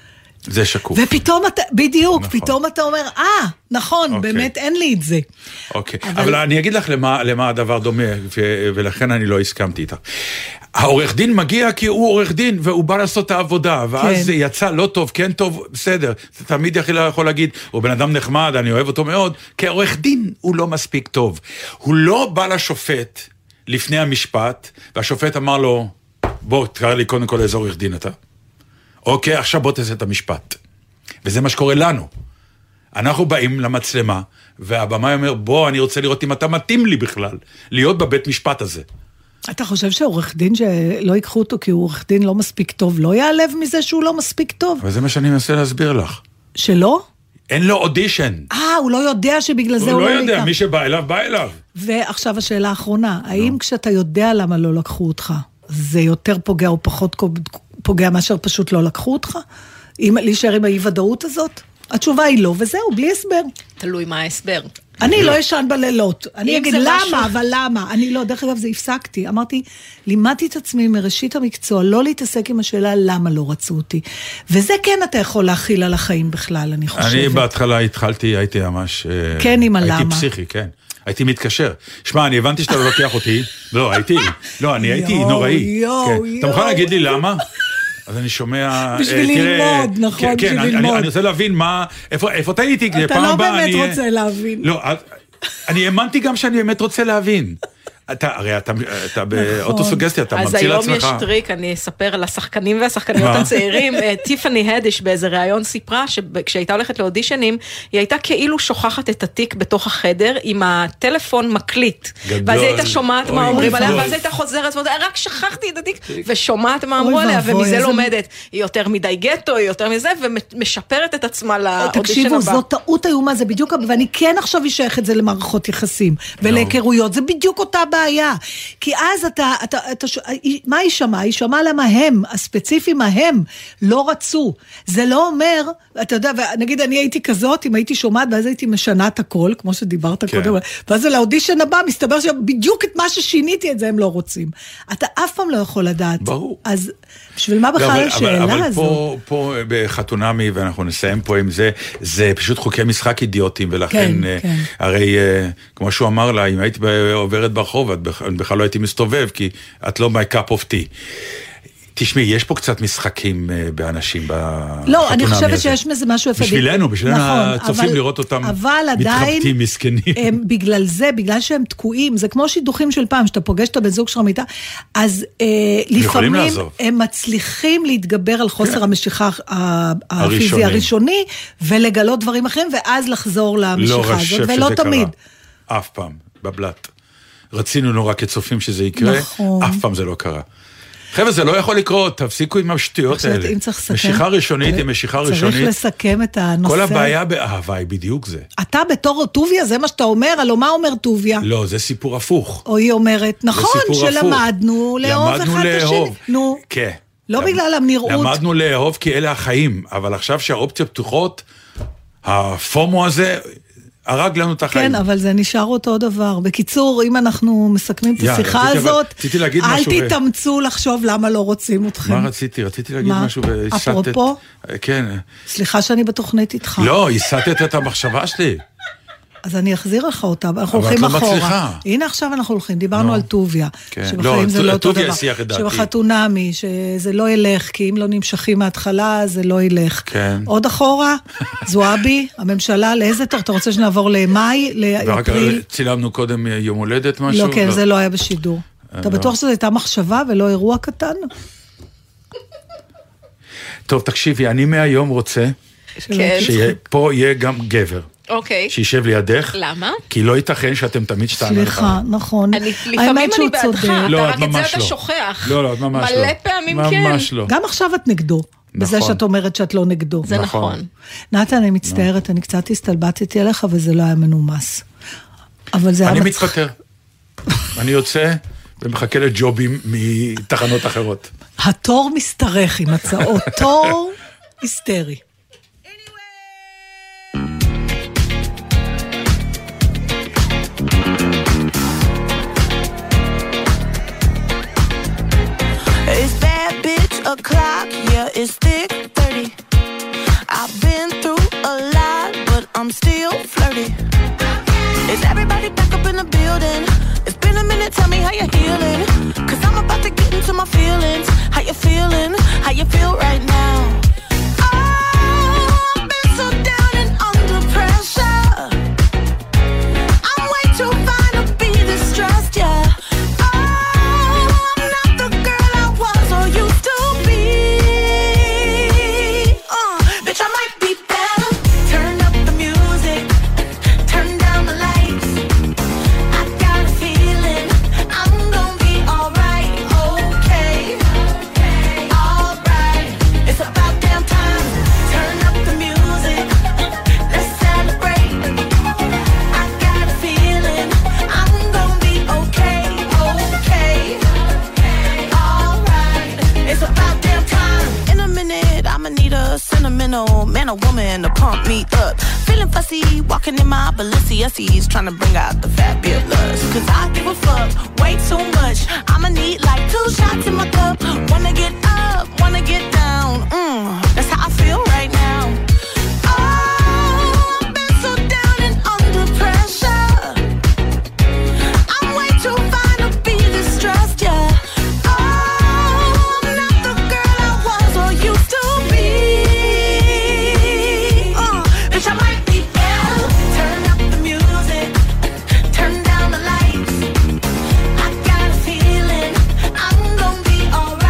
זה שקוף. ופתאום אתה, בדיוק, נכון. פתאום אתה אומר, אה, נכון, אוקיי. באמת אין לי את זה. אוקיי, אבל, אבל אני אגיד לך למה, למה הדבר דומה, ו- ולכן אני לא הסכמתי איתך. העורך דין מגיע כי הוא עורך דין, והוא בא לעשות את העבודה, ואז כן. זה יצא לא טוב, כן טוב, בסדר. תמיד יכול להגיד, הוא בן אדם נחמד, אני אוהב אותו מאוד, כי העורך דין הוא לא מספיק טוב. הוא לא בא לשופט לפני המשפט, והשופט אמר לו, בוא, תקרא לי קודם כל איזה עורך דין אתה. אוקיי, עכשיו בוא תעשה את המשפט. וזה מה שקורה לנו. אנחנו באים למצלמה, והבמאי אומר, בוא, אני רוצה לראות אם אתה מתאים לי בכלל, להיות בבית משפט הזה. אתה חושב שעורך דין שלא ייקחו אותו, כי הוא עורך דין לא מספיק טוב, לא יעלב מזה שהוא לא מספיק טוב? וזה מה שאני מנסה להסביר לך. שלא? אין לו אודישן. אה, הוא לא יודע שבגלל זה הוא לא יודע, מי שבא אליו, בא אליו. ועכשיו השאלה האחרונה, האם כשאתה יודע למה לא לקחו אותך, זה יותר פוגע או פחות פוגע מאשר פשוט לא לקחו אותך? אם להישאר עם האי-ודאות הזאת? התשובה היא לא, וזהו, בלי הסבר. תלוי מה ההסבר. אני לא ישן בלילות. אני אגיד למה, אבל למה? אני לא, דרך אגב, זה הפסקתי. אמרתי, לימדתי את עצמי מראשית המקצוע, לא להתעסק עם השאלה למה לא רצו אותי. וזה כן אתה יכול להכיל על החיים בכלל, אני חושבת. אני בהתחלה התחלתי, הייתי ממש... כן, עם הלמה. הייתי פסיכי, כן. הייתי מתקשר. שמע, אני הבנתי שאתה לא לוקח אותי. לא, הייתי. לא, אני הייתי נוראי. יו, יו. אתה מוכן להגיד לי למה? אז אני שומע... בשביל ללמוד, נכון, בשביל ללמוד. אני רוצה להבין מה... איפה טעיתי? אתה לא באמת רוצה להבין. לא, אני האמנתי גם שאני באמת רוצה להבין. אתה, הרי אתה, אתה באוטוסוגסטיה, אתה ממציא לעצמך. אז היום יש טריק, אני אספר על השחקנים והשחקניות הצעירים. טיפני הדש באיזה ראיון סיפרה, שכשהייתה הולכת לאודישנים, היא הייתה כאילו שוכחת את התיק בתוך החדר, עם הטלפון מקליט. ואז היא הייתה שומעת מה אומרים עליה, ואז הייתה חוזרת, רק שכחתי את התיק, ושומעת מה אמרו עליה, ומזה לומדת. היא יותר מדי גטו, היא יותר מזה, ומשפרת את עצמה לאודישן הבא. תקשיבו, זו טעות איומה, זה בדיוק, ואני כן עכשיו אשייך את זה למערכות יחסים, ולהיכרויות, זה בדיוק אותה בעיה, כי אז אתה, אתה, אתה, מה היא שמעה? היא שמעה למה הם, הספציפיים ההם, לא רצו. זה לא אומר, אתה יודע, נגיד אני הייתי כזאת, אם הייתי שומעת, ואז הייתי משנה את הכל, כמו שדיברת כן. קודם, ואז לאודישן הבא, מסתבר שבדיוק את מה ששיניתי את זה, הם לא רוצים. אתה אף פעם לא יכול לדעת. ברור. אז בשביל מה בכלל לא, השאלה אבל, אבל הזו? פה, פה בחתונמי, ואנחנו נסיים פה עם זה, זה פשוט חוקי משחק אידיוטיים, ולכן, כן, כן. הרי, כמו שהוא אמר לה, אם הייתי עוברת ברחוב, את בכלל לא הייתי מסתובב, כי את לא my cup of tea. תשמעי, יש פה קצת משחקים באנשים בחתונה. לא, אני חושבת שיש מזה משהו יפה. בשבילנו, בשבילנו הצופים לראות אותם מתחבטים מסכנים. בגלל זה, בגלל שהם תקועים, זה כמו שידוכים של פעם, שאתה פוגש את הבן זוג שלך מיטה, אז לפעמים הם מצליחים להתגבר על חוסר המשיכה הפיזי הראשוני, ולגלות דברים אחרים, ואז לחזור למשיכה הזאת, ולא תמיד. אף פעם, בבלט. רצינו נורא כצופים שזה יקרה, אף פעם זה לא קרה. חבר'ה, זה לא יכול לקרות, תפסיקו עם השטויות האלה. משיכה ראשונית היא משיכה ראשונית. צריך לסכם את הנושא. כל הבעיה באהבה היא בדיוק זה. אתה בתור טוביה, זה מה שאתה אומר? הלוא מה אומר טוביה? לא, זה סיפור הפוך. או היא אומרת, נכון, שלמדנו לאהוב אחד את השני. נו, כן. לא בגלל הנראות. למדנו לאהוב כי אלה החיים, אבל עכשיו שהאופציות פתוחות, הפומו הזה הרג לנו את החיים. כן, אבל זה נשאר אותו דבר. בקיצור, אם אנחנו מסכמים את השיחה הזאת, אל תתאמצו לחשוב למה לא רוצים אתכם. מה רציתי? רציתי להגיד משהו והסתת... אפרופו? כן. סליחה שאני בתוכנית איתך. לא, הסתת את המחשבה שלי. אז אני אחזיר לך אותה, אנחנו הולכים אחורה. הנה עכשיו אנחנו הולכים, דיברנו על טוביה, שבחיים זה לא אותו דבר, שבחתונמי, שזה לא ילך, כי אם לא נמשכים מההתחלה, זה לא ילך. עוד אחורה, זועבי, הממשלה, לאיזה תור? אתה רוצה שנעבור למאי, לאפריל? צילמנו קודם יום הולדת משהו? לא, כן, זה לא היה בשידור. אתה בטוח שזו הייתה מחשבה ולא אירוע קטן? טוב, תקשיבי, אני מהיום רוצה שפה יהיה גם גבר. אוקיי. שישב לידך. למה? כי לא ייתכן שאתם תמיד שתיים. סליחה, נכון. לפעמים אני בעדך, רק את זה אתה שוכח. לא, לא, ממש לא. מלא פעמים כן. ממש לא. גם עכשיו את נגדו. בזה שאת אומרת שאת לא נגדו. זה נכון. נתן, אני מצטערת, אני קצת הסתלבטתי עליך, וזה לא היה מנומס. אבל זה היה... אני מתפטר. אני יוצא ומחכה לג'ובים מתחנות אחרות. התור מסתרך עם הצעות. תור היסטרי. O'clock, yeah, it's thick thirty. I've been through a lot, but I'm still flirty. Is everybody back up in the building? It's been a minute, tell me how you're healing. Cause I'm about to get into my feelings. How you feeling? How you feel right now? Oh, I've been so down and under pressure. I'm way too fine to be distressed, yeah. Man or woman to pump me up. Feeling fussy, walking in my Balenciennes, trying to bring out the fabulous. Cause I give a fuck way too much. I'ma need like two shots in my cup. Wanna get up, wanna get down. Mm, that's how I feel right now. Oh, I've been so down and under pressure. I'm way too fine to be distressed, yeah. Turn down the lights. I got a feeling I'm gonna be alright.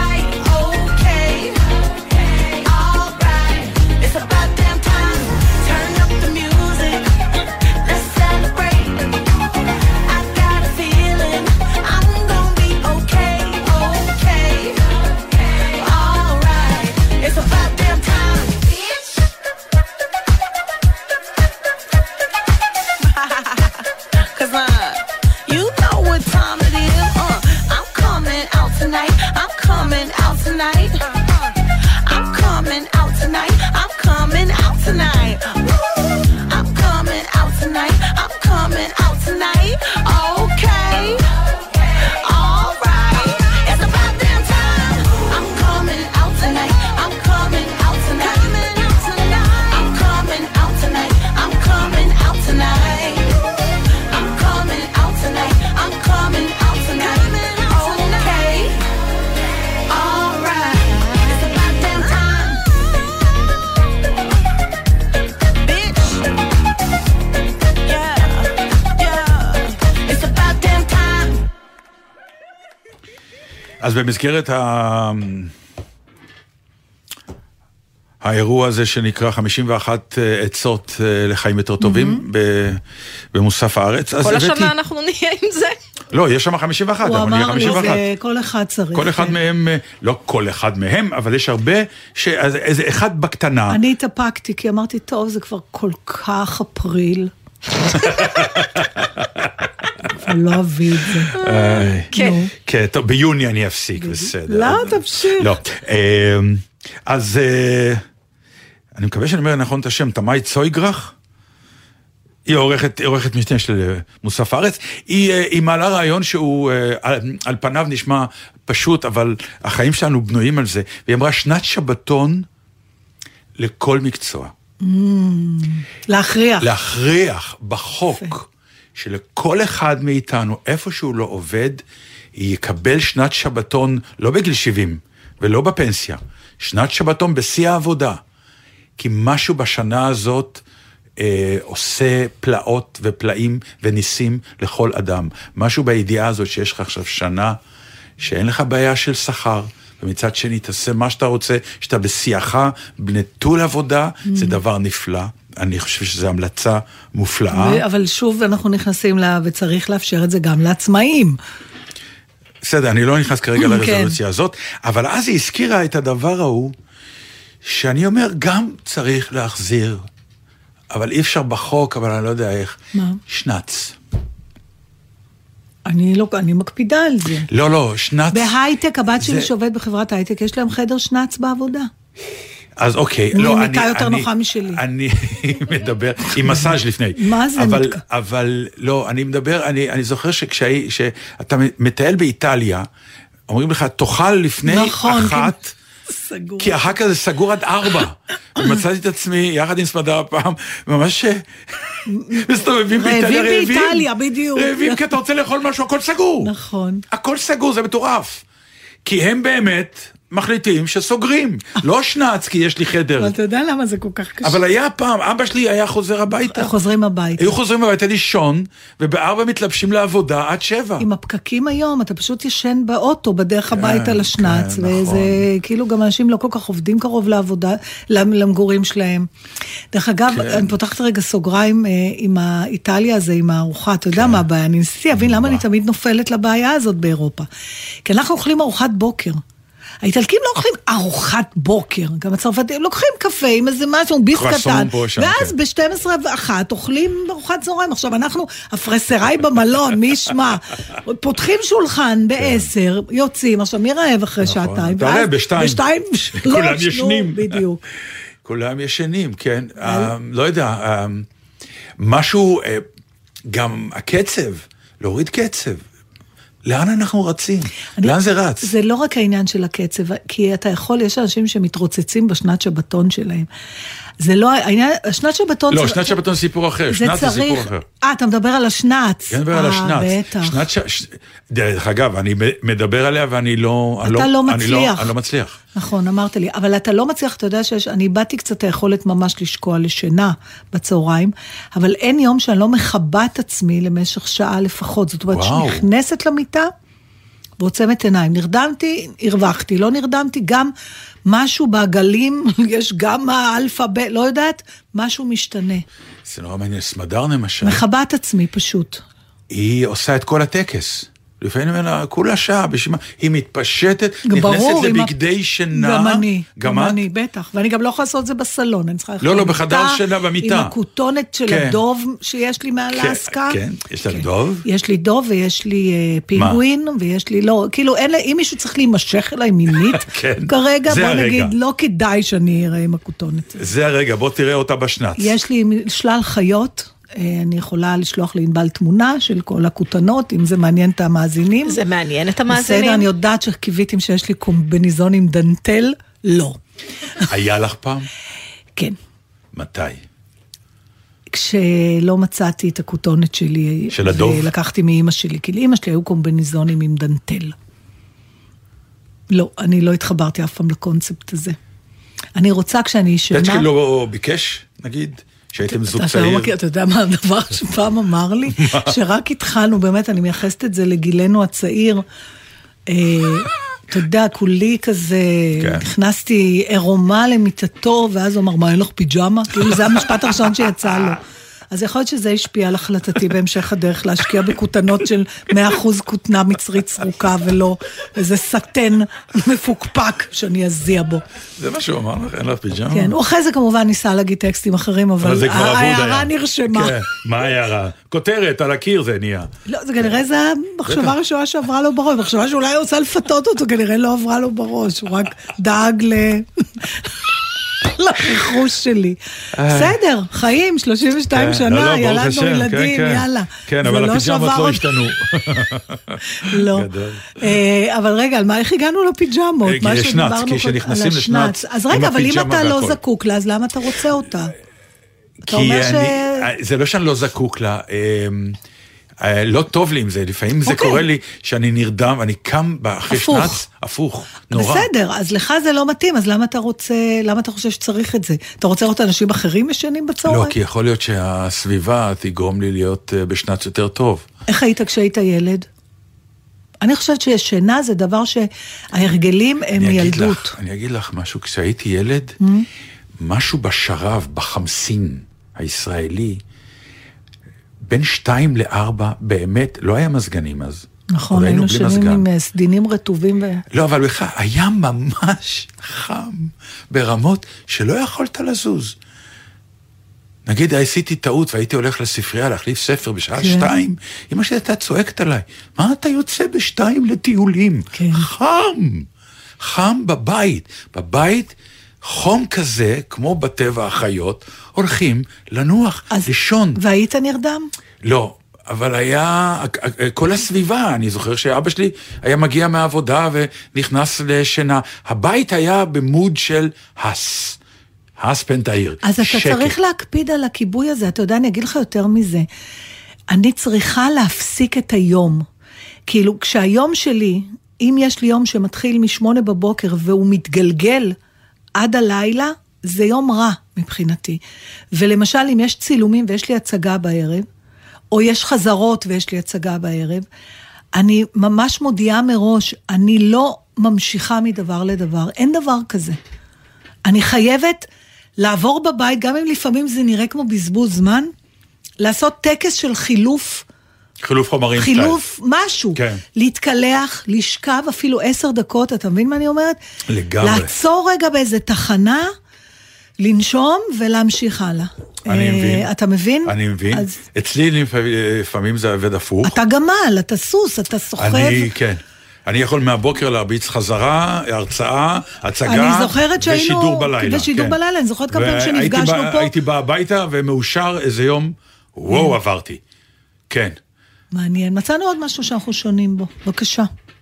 אז במסגרת ה... האירוע הזה שנקרא חמישים ואחת עצות לחיים יותר טובים במוסף הארץ. כל השנה אנחנו נהיה עם זה. לא, יש שם חמישים ואחת. הוא אמר לי, זה כל אחד צריך. כל אחד מהם, לא כל אחד מהם, אבל יש הרבה, איזה אחד בקטנה. אני התאפקתי, כי אמרתי, טוב, זה כבר כל כך אפריל. אני לא אביא את זה. כן. כן, טוב, ביוני אני אפסיק, בסדר. לא, תמשיך. לא, אז אני מקווה שאני אומר נכון את השם, תמי צויגרח, היא עורכת, עורכת משנה של מוסף הארץ, היא, היא מעלה רעיון שהוא על, על פניו נשמע פשוט, אבל החיים שלנו בנויים על זה, והיא אמרה שנת שבתון לכל מקצוע. Mm, להכריח. להכריח בחוק שלכל אחד מאיתנו, איפה שהוא לא עובד, היא יקבל שנת שבתון, לא בגיל שבעים, ולא בפנסיה, שנת שבתון בשיא העבודה. כי משהו בשנה הזאת אה, עושה פלאות ופלאים וניסים לכל אדם. משהו בידיעה הזאת שיש לך עכשיו שנה, שאין לך בעיה של שכר, ומצד שני תעשה מה שאתה רוצה, שאתה בשיאך, בנטול עבודה, mm. זה דבר נפלא. אני חושב שזו המלצה מופלאה. אבל שוב אנחנו נכנסים לה, וצריך לאפשר את זה גם לעצמאים. בסדר, אני לא נכנס כרגע לרזולוציה הזאת, אבל אז היא הזכירה את הדבר ההוא, שאני אומר, גם צריך להחזיר, אבל אי אפשר בחוק, אבל אני לא יודע איך. מה? שנץ. אני לא, אני מקפידה על זה. לא, לא, שנץ. בהייטק, הבת שלי שעובד בחברת הייטק, יש להם חדר שנץ בעבודה. אז אוקיי, לא, אני... מיטה יותר נוחה משלי. אני מדבר, עם מסאז' לפני. מה זה? אבל, אבל, לא, אני מדבר, אני, אני זוכר שכשאי, שאתה מטייל באיטליה, אומרים לך, תאכל לפני אחת, סגור. כי אחר כך זה סגור עד ארבע. ומצאתי את עצמי, יחד עם סמדר הפעם, ממש מסתובבים באיטליה רעבים. רעבים באיטליה, בדיוק. רעבים, כי אתה רוצה לאכול משהו, הכל סגור. נכון. הכל סגור, זה מטורף. כי הם באמת מחליטים שסוגרים. לא שנץ, כי יש לי חדר. אבל אתה יודע למה זה כל כך קשה. אבל היה פעם, אבא שלי היה חוזר הביתה. חוזרים הביתה. היו חוזרים הביתה לישון, ובארבע מתלבשים לעבודה עד שבע. עם הפקקים היום, אתה פשוט ישן באוטו, בדרך הביתה לשנץ, כן, וזה נכון. כאילו גם אנשים לא כל כך עובדים קרוב לעבודה, למגורים שלהם. דרך אגב, כן. אני פותחת רגע סוגריים עם האיטליה הזה, עם הארוחה, אתה יודע מה הבעיה? אני ניסיתי להבין למה אני תמיד נופלת לבעיה הזאת באירופה. כי אנחנו אוכלים ארוחת בוקר. האיטלקים לא אוכלים ארוחת בוקר, גם הצרפתים לוקחים קפה עם איזה משהו, ביס קטן, ואז ב-שתים עשרה ואחת אוכלים ארוחת צהריים. עכשיו אנחנו, הפרסראי במלון, מי ישמע, פותחים שולחן בעשר, יוצאים, עכשיו מי רעב אחרי שעתיים, אתה רעב בשתיים, בשתיים, כולם ישנים, בדיוק. כולם ישנים, כן, לא יודע, משהו, גם הקצב, להוריד קצב, לאן אנחנו רצים? אני, לאן זה רץ? זה לא רק העניין של הקצב, כי אתה יכול, יש אנשים שמתרוצצים בשנת שבתון שלהם. זה לא, העניין, השנת שבתון... לא, שנת שבתון זה סיפור אחר, שנת זה סיפור אחר. אה, אתה מדבר על השנץ. אני מדבר על השנץ. בטח. שנת ש... דרך אגב, אני מדבר עליה ואני לא... אתה לא, לא מצליח. אני לא מצליח. נכון, אמרת לי, אבל אתה לא מצליח, אתה יודע שיש, אני באתי קצת היכולת ממש לשקוע לשינה בצהריים, אבל אין יום שאני לא מחבת עצמי למשך שעה לפחות, זאת אומרת, שנכנסת למיטה, ועוצמת עיניים, נרדמתי, הרווחתי, לא נרדמתי, גם משהו בעגלים, יש גם האלפאבית, לא יודעת, משהו משתנה. זה נורא מעניין, סמדר למשל. מחבת עצמי פשוט. היא עושה את כל הטקס. לפעמים ממנה, כולה שעה, בשבימה, היא מתפשטת, ברור, נכנסת לבגדי שינה. גם אני, גם, גם אני, בטח. ואני גם לא יכולה לעשות את זה בסלון, אני צריכה ללכת לא, לא, בחדר שינה במיטה. עם הכותונת של כן. הדוב שיש לי מעלסקה. כן, כן, יש לה כן. דוב? יש לי דוב ויש לי uh, פינגווין, מה? ויש לי, לא, כאילו, אין, אם מישהו צריך להימשך אליי מינית, כן. כרגע, בוא הרגע. נגיד, לא כדאי שאני אראה עם הכותונת. זה הרגע, בוא תראה אותה בשנץ. יש לי שלל חיות, אני יכולה לשלוח לאינבל תמונה של כל הכותנות, אם זה מעניין את המאזינים. זה מעניין את המאזינים. בסדר, אני יודעת שקיוויתם שיש לי קומביניזון עם דנטל, לא. היה לך פעם? כן. מתי? כשלא מצאתי את הכותונת שלי. של הדוב? ולקחתי מאמא שלי, כי לאמא שלי היו קומביניזונים עם דנטל. לא, אני לא התחברתי אף פעם לקונספט הזה. אני רוצה כשאני ישנה... פצ'קי לא ביקש, נגיד? שהייתם זוג צעיר. אתה יודע מה הדבר שפעם אמר לי? שרק התחלנו, באמת, אני מייחסת את זה לגילנו הצעיר, אתה יודע, כולי כזה, נכנסתי עירומה למיטתו, ואז הוא אמר, מה, אין לך פיג'מה? כאילו זה המשפט הראשון שיצא לו. אז יכול להיות שזה השפיע על החלטתי בהמשך הדרך, להשקיע בכותנות של מאה אחוז כותנה מצרית סרוקה, ולא איזה סטן מפוקפק שאני אזיע בו. זה מה שהוא אמר לך, אין לך פיג'מה? כן, הוא אחרי זה כמובן ניסה להגיד טקסטים אחרים, אבל ההערה נרשמה. מה ההערה? כותרת, על הקיר זה נהיה. לא, זה כנראה זה המחשבה הראשונה שעברה לו בראש, מחשבה שאולי הוא רוצה לפתות אותו, כנראה לא עברה לו בראש, הוא רק דאג ל... לרכוש שלי. בסדר, חיים, שלושים ושתיים שנה, ילדנו ילדים, יאללה. כן, אבל הפיג'מות לא השתנו. לא. אבל רגע, על מה, איך הגענו לפיג'מות? יש שנץ, כי שנכנסים לשנץ. אז רגע, אבל אם אתה לא זקוק לה, אז למה אתה רוצה אותה? כי זה לא שאני לא זקוק לה, לא טוב לי עם זה, לפעמים זה קורה לי שאני נרדם, אני קם אחרי שנץ, הפוך, נורא. בסדר, אז לך זה לא מתאים, אז למה אתה רוצה, למה אתה חושב שצריך את זה? אתה רוצה לראות אנשים אחרים ישנים בצהריים? לא, כי יכול להיות שהסביבה תגרום לי להיות בשנץ יותר טוב. איך היית כשהיית ילד? אני חושבת שישנה זה דבר שההרגלים הם מילדות. אני אגיד לך משהו, כשהייתי ילד, משהו בשרב, בחמסין הישראלי, בין שתיים לארבע, באמת, לא היה מזגנים אז. נכון, היינו שנים עם סדינים רטובים. ו... לא, אבל בכלל, היה ממש חם ברמות שלא יכולת לזוז. נגיד, עשיתי טעות והייתי הולך לספרייה להחליף ספר בשעה כן. שתיים, אמא שלי הייתה צועקת עליי, מה אתה יוצא בשתיים לטיולים? כן. חם, חם בבית. בבית, חום כזה, כמו בטבע החיות, הולכים לנוח, אז, לישון. והיית נרדם? לא, אבל היה, כל הסביבה, אני זוכר שאבא שלי היה מגיע מהעבודה ונכנס לשינה. הבית היה במוד של הס, הס פנטאיר. אז אתה שקט. צריך להקפיד על הכיבוי הזה, אתה יודע, אני אגיד לך יותר מזה. אני צריכה להפסיק את היום. כאילו, כשהיום שלי, אם יש לי יום שמתחיל משמונה בבוקר והוא מתגלגל עד הלילה, זה יום רע מבחינתי. ולמשל, אם יש צילומים ויש לי הצגה בערב, או יש חזרות ויש לי הצגה בערב, אני ממש מודיעה מראש, אני לא ממשיכה מדבר לדבר, אין דבר כזה. אני חייבת לעבור בבית, גם אם לפעמים זה נראה כמו בזבוז זמן, לעשות טקס של חילוף, חילוף חומרים. חילוף משהו. כן. להתקלח, לשכב אפילו עשר דקות, אתה מבין מה אני אומרת? לגמרי. לעצור רגע באיזה תחנה, לנשום ולהמשיך הלאה. אני מבין. אתה מבין? אני מבין. אז... אצלי לפעמים זה עובד הפוך. אתה גמל, אתה סוס, אתה סוחב. אני, כן. אני יכול מהבוקר להרביץ חזרה, הרצאה, הצגה, ושידור בלילה. ושידור כן. בלילה, אני זוכרת כמה פעמים שנפגשנו פה. הייתי בא הביתה ומאושר איזה יום, וואו, עברתי. כן. מעניין. מצאנו עוד משהו שאנחנו שונים בו. בבקשה.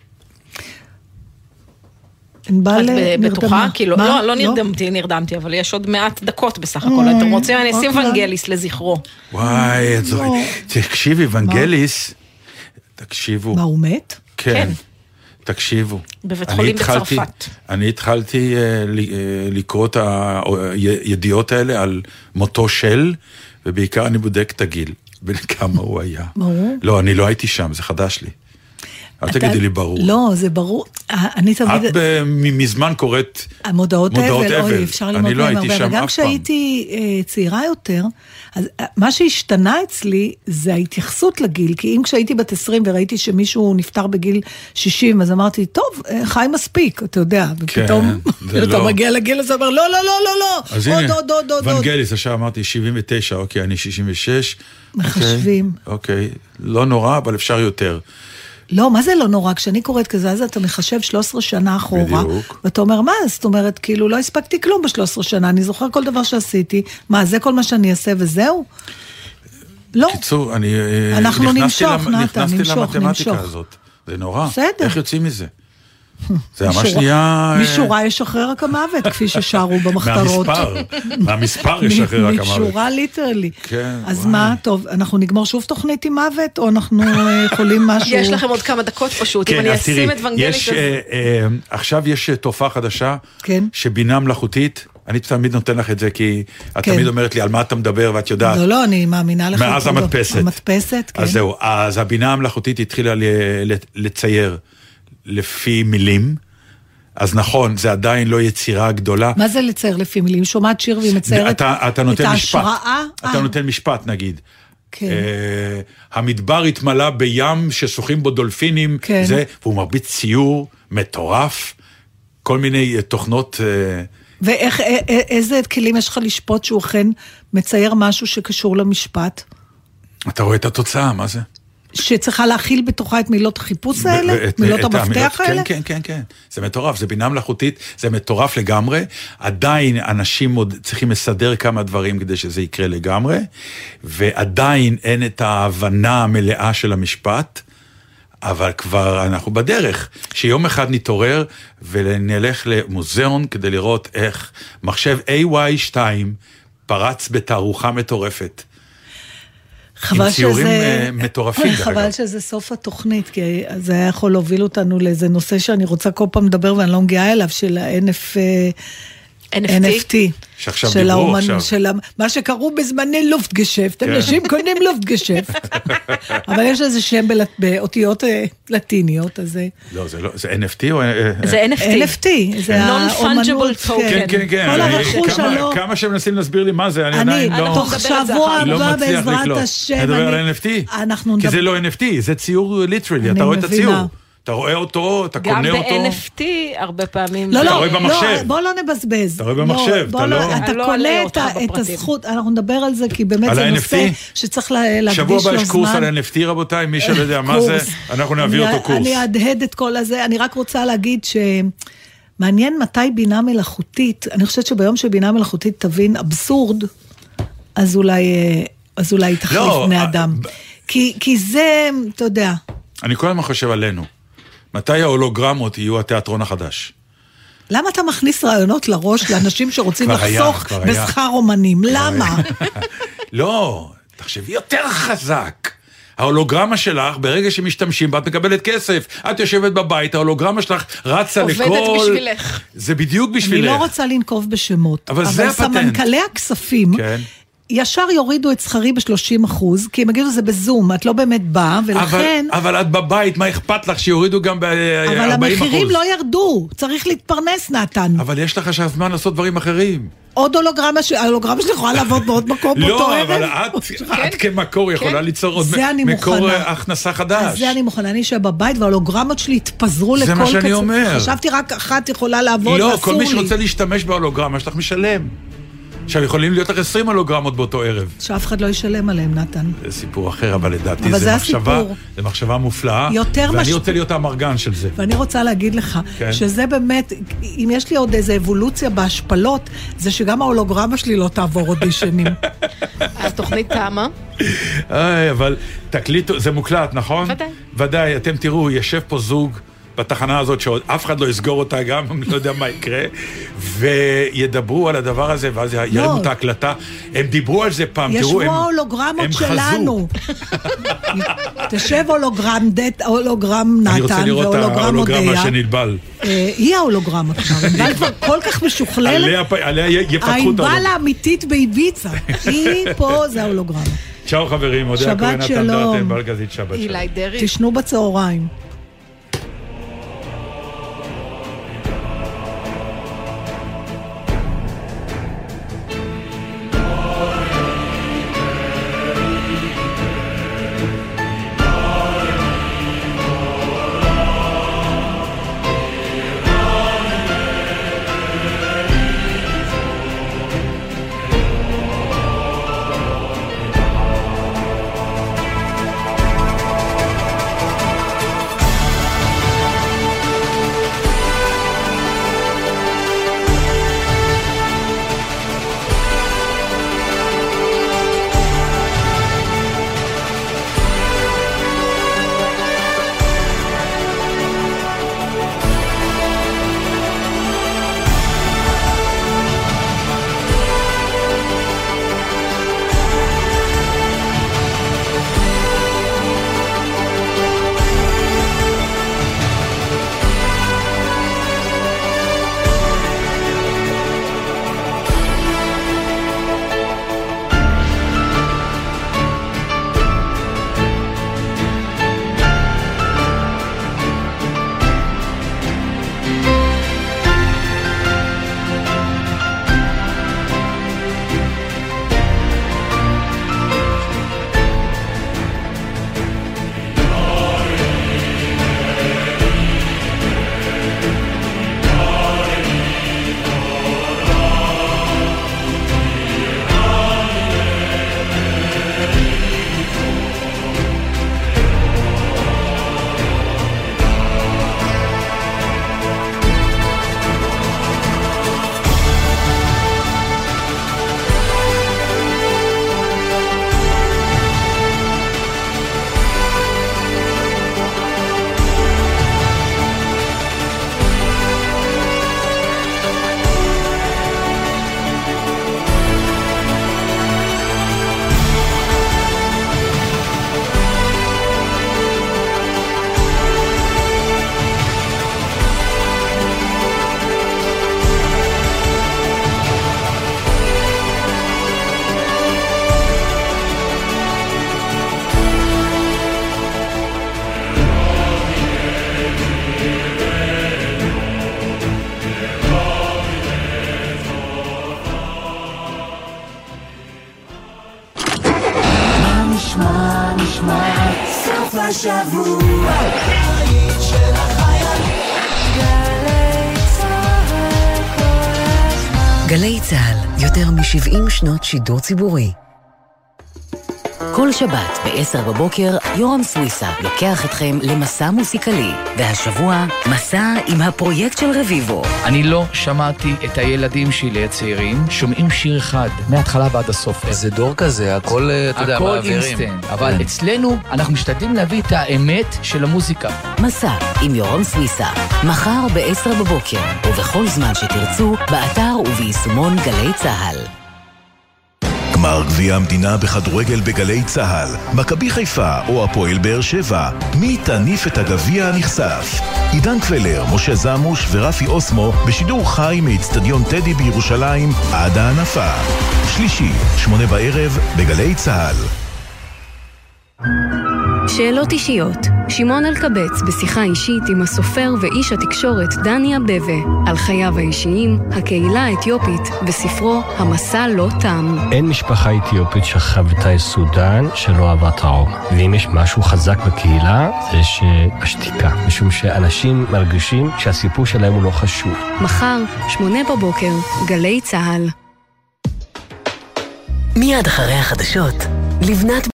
את בטוחה? כאילו, לא נרדמתי, נרדמתי, אבל יש עוד מעט דקות בסך הכל. אתם רוצים, אני אשים ונגליס לזכרו. וואי, תקשיבי, ונגליס, תקשיבו. מה, הוא מת? כן. תקשיבו. בבית חולים בצרפת. אני התחלתי לקרוא את הידיעות האלה על מותו של, ובעיקר אני בודק את הגיל. בין כמה הוא היה. ברור. לא, אני לא הייתי שם, זה חדש לי. אל תגידי לי ברור. לא, זה ברור. אני תמיד... את מזמן קוראת מודעות אבל, אוי, אפשר ללמוד מהם הרבה. וגם כשהייתי צעירה יותר, אז מה שהשתנה אצלי זה ההתייחסות לגיל, כי אם כשהייתי בת עשרים וראיתי שמישהו נפטר בגיל שישים, אז אמרתי, טוב, חי מספיק, אתה יודע, ופתאום אתה מגיע לגיל הזה, אומר, לא, לא, לא, לא, לא, עוד, עוד, עוד, עוד. ונגליס, עכשיו אמרתי שבעים ותשע, אוקיי, אני שישים ושש. מחשבים. אוקיי, לא נורא, אבל אפשר יותר. לא, מה זה לא נורא? כשאני קוראת כזה, אז אתה מחשב שלוש עשרה שנה אחורה, בדיוק. ואתה אומר, מה? זאת אומרת, כאילו, לא הספקתי כלום ב-שלוש עשרה שנה, אני זוכר כל דבר שעשיתי, מה, זה כל מה שאני אעשה וזהו? לא. קיצור, אני אנחנו נכנסתי, נמשוך, למ... נתה, נכנסתי נמשוך, למתמטיקה נמשוך. הזאת. זה נורא. בסדר. איך יוצאים מזה? זה ממש נהיה... משורה ישחרר רק המוות, כפי ששרו במחתרות. מהמספר, מהמספר ישחרר רק המוות. משורה ליטרלי. כן, אז מה, טוב, אנחנו נגמור שוב תוכנית עם מוות, או אנחנו יכולים משהו... יש לכם עוד כמה דקות פשוט, אם אני אשים את ונגליס... עכשיו יש תופעה חדשה, שבינה מלאכותית, אני תמיד נותן לך את זה, כי את תמיד אומרת לי על מה אתה מדבר, ואת יודעת. לא, לא, אני מאמינה לך. מאז המדפסת. המדפסת, כן. אז זהו, אז הבינה המלאכותית התחילה לצייר לפי מילים, אז נכון, זה עדיין לא יצירה גדולה. מה זה לצייר לפי מילים? שומעת שיר והיא מציירת את ההשראה? אתה נותן משפט, נגיד. המדבר התמלא בים ששוחים בו דולפינים, והוא מרביץ ציור מטורף, כל מיני תוכנות... ואיך, איזה כלים יש לך לשפוט שהוא אכן מצייר משהו שקשור למשפט? אתה רואה את התוצאה, מה זה? שצריכה להכיל בתוכה את מילות החיפוש האלה? מילות המפתח האלה? כן, כן, כן, כן. זה מטורף, זה בינה מלאכותית, זה מטורף לגמרי. עדיין אנשים עוד צריכים לסדר כמה דברים כדי שזה יקרה לגמרי, ועדיין אין את ההבנה המלאה של המשפט, אבל כבר אנחנו בדרך, שיום אחד נתעורר ונלך למוזיאון כדי לראות איך מחשב איי וואי שתיים פרץ בתערוכה מטורפת. עם ציורים שזה... מטורפים. חבל שזה סוף התוכנית, כי זה היה יכול להוביל אותנו לאיזה נושא שאני רוצה כל פעם לדבר ואני לא מגיעה אליו, של ה-אן אף טי. שעכשיו דיברו עכשיו. של מה שקראו בזמני לופטגשפט, אנשים קונים לופטגשפט. אבל יש איזה שם באותיות לטיניות, אז זה... לא, זה לא, זה אן אף טי או... זה אן אף טי. אן אף טי, זה האומנות. כן, כן, כן. כל הרכוש הלא... כמה שמנסים להסביר לי מה זה, אני עדיין לא... תוך שבוע הבא בעזרת השם... נדבר על אן אף טי? כי זה לא אן אף טי, זה ציור ליטרלי, אתה רואה את הציור. אתה רואה אותו, אתה קונה אותו. גם ב-אן אף טי הרבה פעמים... לא, לא, לא, בוא לא נבזבז. אתה רואה במחשב, אתה לא... אתה קונה את הזכות, אנחנו נדבר על זה, כי באמת זה נושא שצריך להקדיש לו זמן. שבוע הבא יש קורס על אן אף טי, רבותיי, מי שלא יודע מה זה, אנחנו נעביר אותו קורס. אני אדהד את כל הזה, אני רק רוצה להגיד שמעניין מתי בינה מלאכותית, אני חושבת שביום שבינה מלאכותית תבין אבסורד, אז אולי תחליף בני אדם. כי זה, אתה יודע... אני כל הזמן חושב עלינו. מתי ההולוגרמות יהיו התיאטרון החדש? למה אתה מכניס רעיונות לראש לאנשים שרוצים לחסוך בשכר אומנים? למה? לא, תחשבי יותר חזק. ההולוגרמה שלך, ברגע שמשתמשים בה, את מקבלת כסף. את יושבת בבית, ההולוגרמה שלך רצה לכל... עובדת בשבילך. זה בדיוק בשבילך. אני לא רוצה לנקוב בשמות. אבל זה הפטנט. אבל סמנכלי הכספים... כן. ישר יורידו את שכרי ב-שלושים אחוז, כי הם יגידו זה בזום, את לא באמת באה, ולכן... אבל, אבל את בבית, מה אכפת לך שיורידו גם ב-ארבעים אחוז? אבל המחירים לא ירדו, צריך להתפרנס נתן. אבל יש לך שהזמן לעשות דברים אחרים. עוד הולוגרמה, ההולוגרמה שלי יכולה לעבוד בעוד מקום באותו ערב. לא, אבל את כמקור יכולה ליצור עוד מקור הכנסה חדש. אז זה אני מוכנה, אני אשאר בבית, וההולוגרמות שלי התפזרו לכל קצת. זה מה שאני אומר. חשבתי רק אחת יכולה לעבוד, לא, כל מי שרוצה להשתמש בהולוגרמה, שלך משלם. עכשיו, יכולים להיות לך עשרים הולוגרמות באותו ערב. שאף אחד לא ישלם עליהם, נתן. זה סיפור אחר, אבל לדעתי אבל זה, זה מחשבה, זה מחשבה מופלאה, ואני מש... רוצה להיות המרגן של זה. ואני רוצה להגיד לך, כן? שזה באמת, אם יש לי עוד איזו אבולוציה בהשפלות, זה שגם ההולוגרמה שלי לא תעבור עוד ישנים. התוכנית תמה. אבל תקליטו, זה מוקלט, נכון? ודאי. ודאי, אתם תראו, ישב פה זוג, בתחנה הזאת שעוד אף אחד לא יסגור אותה גם, אני לא יודע מה יקרה, וידברו על הדבר הזה, ואז ירימו את ההקלטה. הם דיברו על זה פעם, תראו, הם חזו. ישבו הולוגרמות שלנו. תשב הולוגרם דט, הולוגרם נתן, אני רוצה לראות את ההולוגרמה שנתבל. היא ההולוגרמה כבר, היא כבר כל כך משוכללת. עליה יפתחו את הענבל האמיתית באיביצה. היא פה, זה ההולוגרמה. צ'או חברים, עוד שבת שלום. שבת שלום. תשנו בצהריים. השבוע, הבית של החיילים. גלי צהל כל הזמן. גלי צהל, יותר מ-שבעים שנות שידור ציבורי. כל שבת ב-עשר בבוקר יורם סוויסה לוקח אתכם למסע מוסיקלי, והשבוע מסע עם הפרויקט של רביבו. אני לא שמעתי את הילדים שלי הצעירים שומעים שיר אחד מההתחלה ועד הסוף. זה דור כזה, הכל, אתה יודע, הכל אינסטנט, אבל אצלנו אנחנו משתדלים להביא את האמת של המוזיקה. מסע עם יורם סוויסה, מחר ב-עשר בבוקר ובכל זמן שתרצו, באתר וביישומון גלי צהל. גמר גביע המדינה בכדורגל בגלי צהל, מכבי חיפה או הפועל באר שבע, מי תניף את הגביע הנחשף? עידן קבלר, משה זמוש ורפי אוסמו בשידור חי מאצטדיון טדי בירושלים עד ההנפה. שלישי, שמונה בערב בגלי צהל. שאלות אישיות. שמעון אלקבץ בשיחה אישית עם הסופר ואיש התקשורת דני אבבה על חייו האישיים, הקהילה האתיופית בספרו המסע לא תם. אין משפחה אתיופית שחוותה סודן שלא עברה טראומה. ואם יש משהו חזק בקהילה זה שהשתיקה, משום שאנשים מרגישים שהסיפור שלהם הוא לא חשוב. מחר, שמונה בבוקר, גלי צהל. מיד אחרי החדשות, לבנת